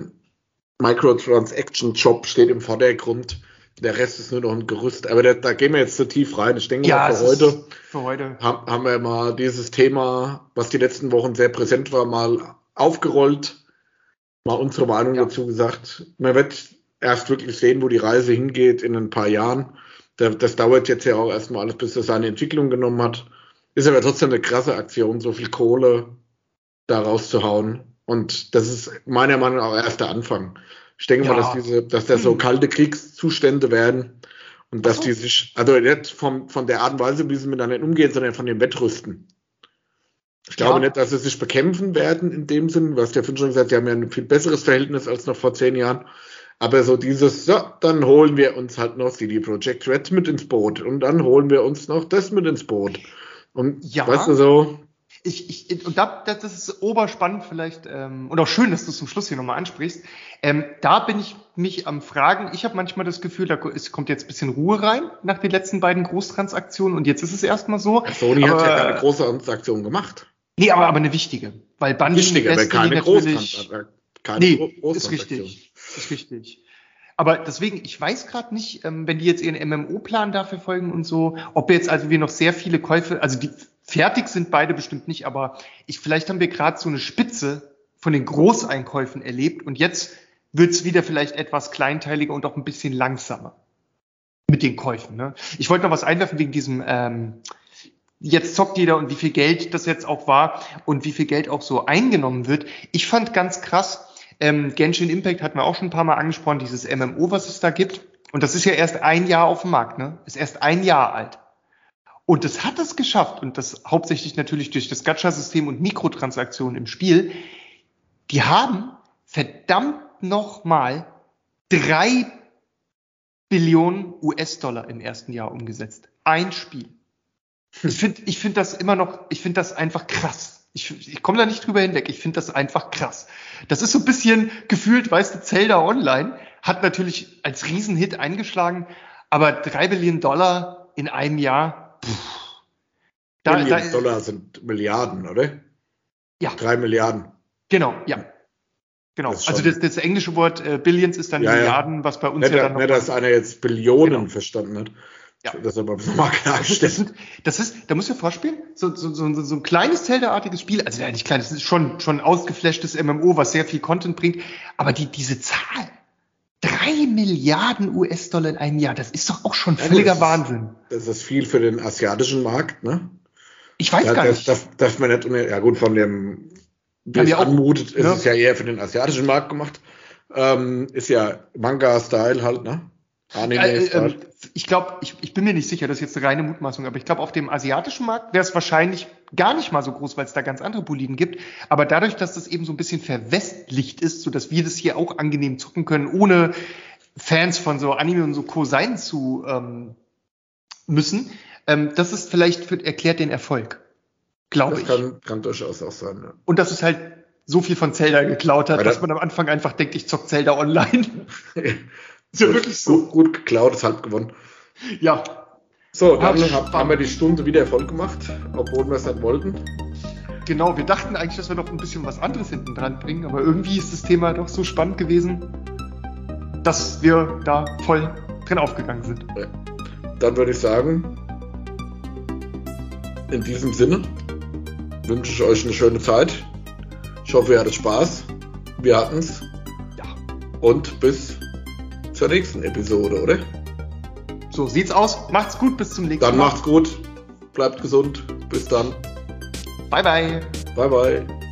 Microtransaction-Job steht im Vordergrund. Der Rest ist nur noch ein Gerüst. Aber da, da gehen wir jetzt zu tief rein. Ich denke Ja, mal, es für ist heute, für heute. haben, haben wir mal dieses Thema, was die letzten Wochen sehr präsent war, mal aufgerollt. Mal unsere Meinung Ja. dazu gesagt. Man wird erst wirklich sehen, wo die Reise hingeht in ein paar Jahren. Das, das dauert jetzt ja auch erstmal alles, bis das seine Entwicklung genommen hat. Ist aber trotzdem eine krasse Aktion, so viel Kohle da rauszuhauen. Und das ist meiner Meinung nach auch erst der Anfang. Ich denke Ja. mal, dass diese, dass das so Hm. kalte Kriegszustände werden und dass Ach so. die sich, also nicht vom, von der Art und Weise, wie sie miteinander umgehen, sondern von dem Wettrüsten. Ich glaube Ja. nicht, dass sie sich bekämpfen werden in dem Sinn, was der Finn schon gesagt hat, die haben ja ein viel besseres Verhältnis als noch vor zehn Jahren. Aber so dieses, so, dann holen wir uns halt noch C D Projekt Red mit ins Boot und dann holen wir uns noch das mit ins Boot. Und Ja. weißt du so, Ich, ich, und da, das ist oberspannend vielleicht, ähm, und auch schön, dass du es zum Schluss hier nochmal ansprichst. Ähm, da bin ich mich am Fragen. Ich habe manchmal das Gefühl, da ko- es kommt jetzt ein bisschen Ruhe rein nach den letzten beiden Großtransaktionen und jetzt ist es erstmal so. Sony hat ja Aber- keine große Transaktion gemacht. Nee, aber, aber eine wichtige. Weil Bungie Wichtig, aber Destiny keine natürlich. Großtransaktion. Keine Nee, Gro- ist Großtransaktion. richtig. Ist richtig. Aber deswegen, ich weiß gerade nicht, ähm, wenn die jetzt ihren M M O-Plan dafür folgen und so, ob jetzt also wir noch sehr viele Käufe, also die fertig sind beide bestimmt nicht, aber ich, vielleicht haben wir gerade so eine Spitze von den Großeinkäufen erlebt und jetzt wird's wieder vielleicht etwas kleinteiliger und auch ein bisschen langsamer mit den Käufen. Ne? Ich wollte noch was einwerfen wegen diesem, ähm, jetzt zockt jeder und wie viel Geld das jetzt auch war und wie viel Geld auch so eingenommen wird. Ich fand ganz krass, ähm, Genshin Impact hatten wir auch schon ein paar Mal angesprochen, dieses M M O, was es da gibt. Und das ist ja erst ein Jahr auf dem Markt, ne? Ist erst ein Jahr alt. Und das hat es geschafft, und das hauptsächlich natürlich durch das Gacha-System und Mikrotransaktionen im Spiel, die haben verdammt nochmal drei Billionen U S-Dollar im ersten Jahr umgesetzt. Ein Spiel. Ich finde ich finde das immer noch, ich finde das einfach krass. Ich, ich komme da nicht drüber hinweg. Ich finde das einfach krass. Das ist so ein bisschen gefühlt, weißt du, Zelda Online hat natürlich als Riesenhit eingeschlagen, aber drei Billionen Dollar in einem Jahr, pff, da, Milliarden da, Dollar sind Milliarden, oder? ja, Drei Milliarden. genau, ja. Genau. Das ist schon- Also das, das englische Wort äh, Billions ist dann Ja, ja. Milliarden, was bei uns Nicht, ja dann noch nicht dass einer jetzt Billionen Genau. verstanden hat. Ja. Das aber nochmal Das klargestellt. sind, das ist, da musst du dir vorspielen, so, so, so, so ein kleines Zelda-artiges Spiel, also ja nicht klein, das ist schon, schon ausgeflashtes M M O, was sehr viel Content bringt, aber die, diese Zahl, drei Milliarden U S-Dollar in einem Jahr, das ist doch auch schon Ja, völliger das ist- Wahnsinn. Das ist viel für den asiatischen Markt, ne? Ich weiß Ja, gar das nicht. darf, darf man nicht, unter- ja gut, von dem, wie Haben es wir auch, anmutet, ist ne? es ja eher für den asiatischen Markt gemacht. Ähm, ist ja Manga-Style halt, ne? Äh, Anime-Style. ähm, ich glaube, ich, ich bin mir nicht sicher, das ist jetzt eine reine Mutmaßung, aber ich glaube, auf dem asiatischen Markt wäre es wahrscheinlich gar nicht mal so groß, weil es da ganz andere Boliden gibt. Aber dadurch, dass das eben so ein bisschen verwestlicht ist, sodass wir das hier auch angenehm zocken können, ohne Fans von so Anime und so Co. sein zu ähm, müssen, ähm, das ist vielleicht für, erklärt den Erfolg. Glaube Das ich. kann, kann durchaus auch sein, ja. Und dass es halt so viel von Zelda geklaut hat, Weil dass das- man am Anfang einfach denkt, ich zock Zelda online. Ist ja Gut- wirklich so. Gut, gut geklaut, ist halb gewonnen. Ja, So, dann Ach, hab, haben wir die Stunde wieder voll gemacht, obwohl wir es nicht wollten. genau. Wir dachten eigentlich, dass wir noch ein bisschen was anderes hinten dran bringen, aber irgendwie ist das Thema doch so spannend gewesen, dass wir da voll drin aufgegangen sind. Dann würde ich sagen, in diesem Sinne wünsche ich euch eine schöne Zeit. Ich hoffe, ihr hattet Spaß. Wir hatten's. Ja, Und bis zur nächsten Episode, oder? so sieht's aus. Macht's gut, bis zum nächsten Dann Mal. macht's gut. Bleibt gesund. Bis dann. Bye, bye. Bye, bye.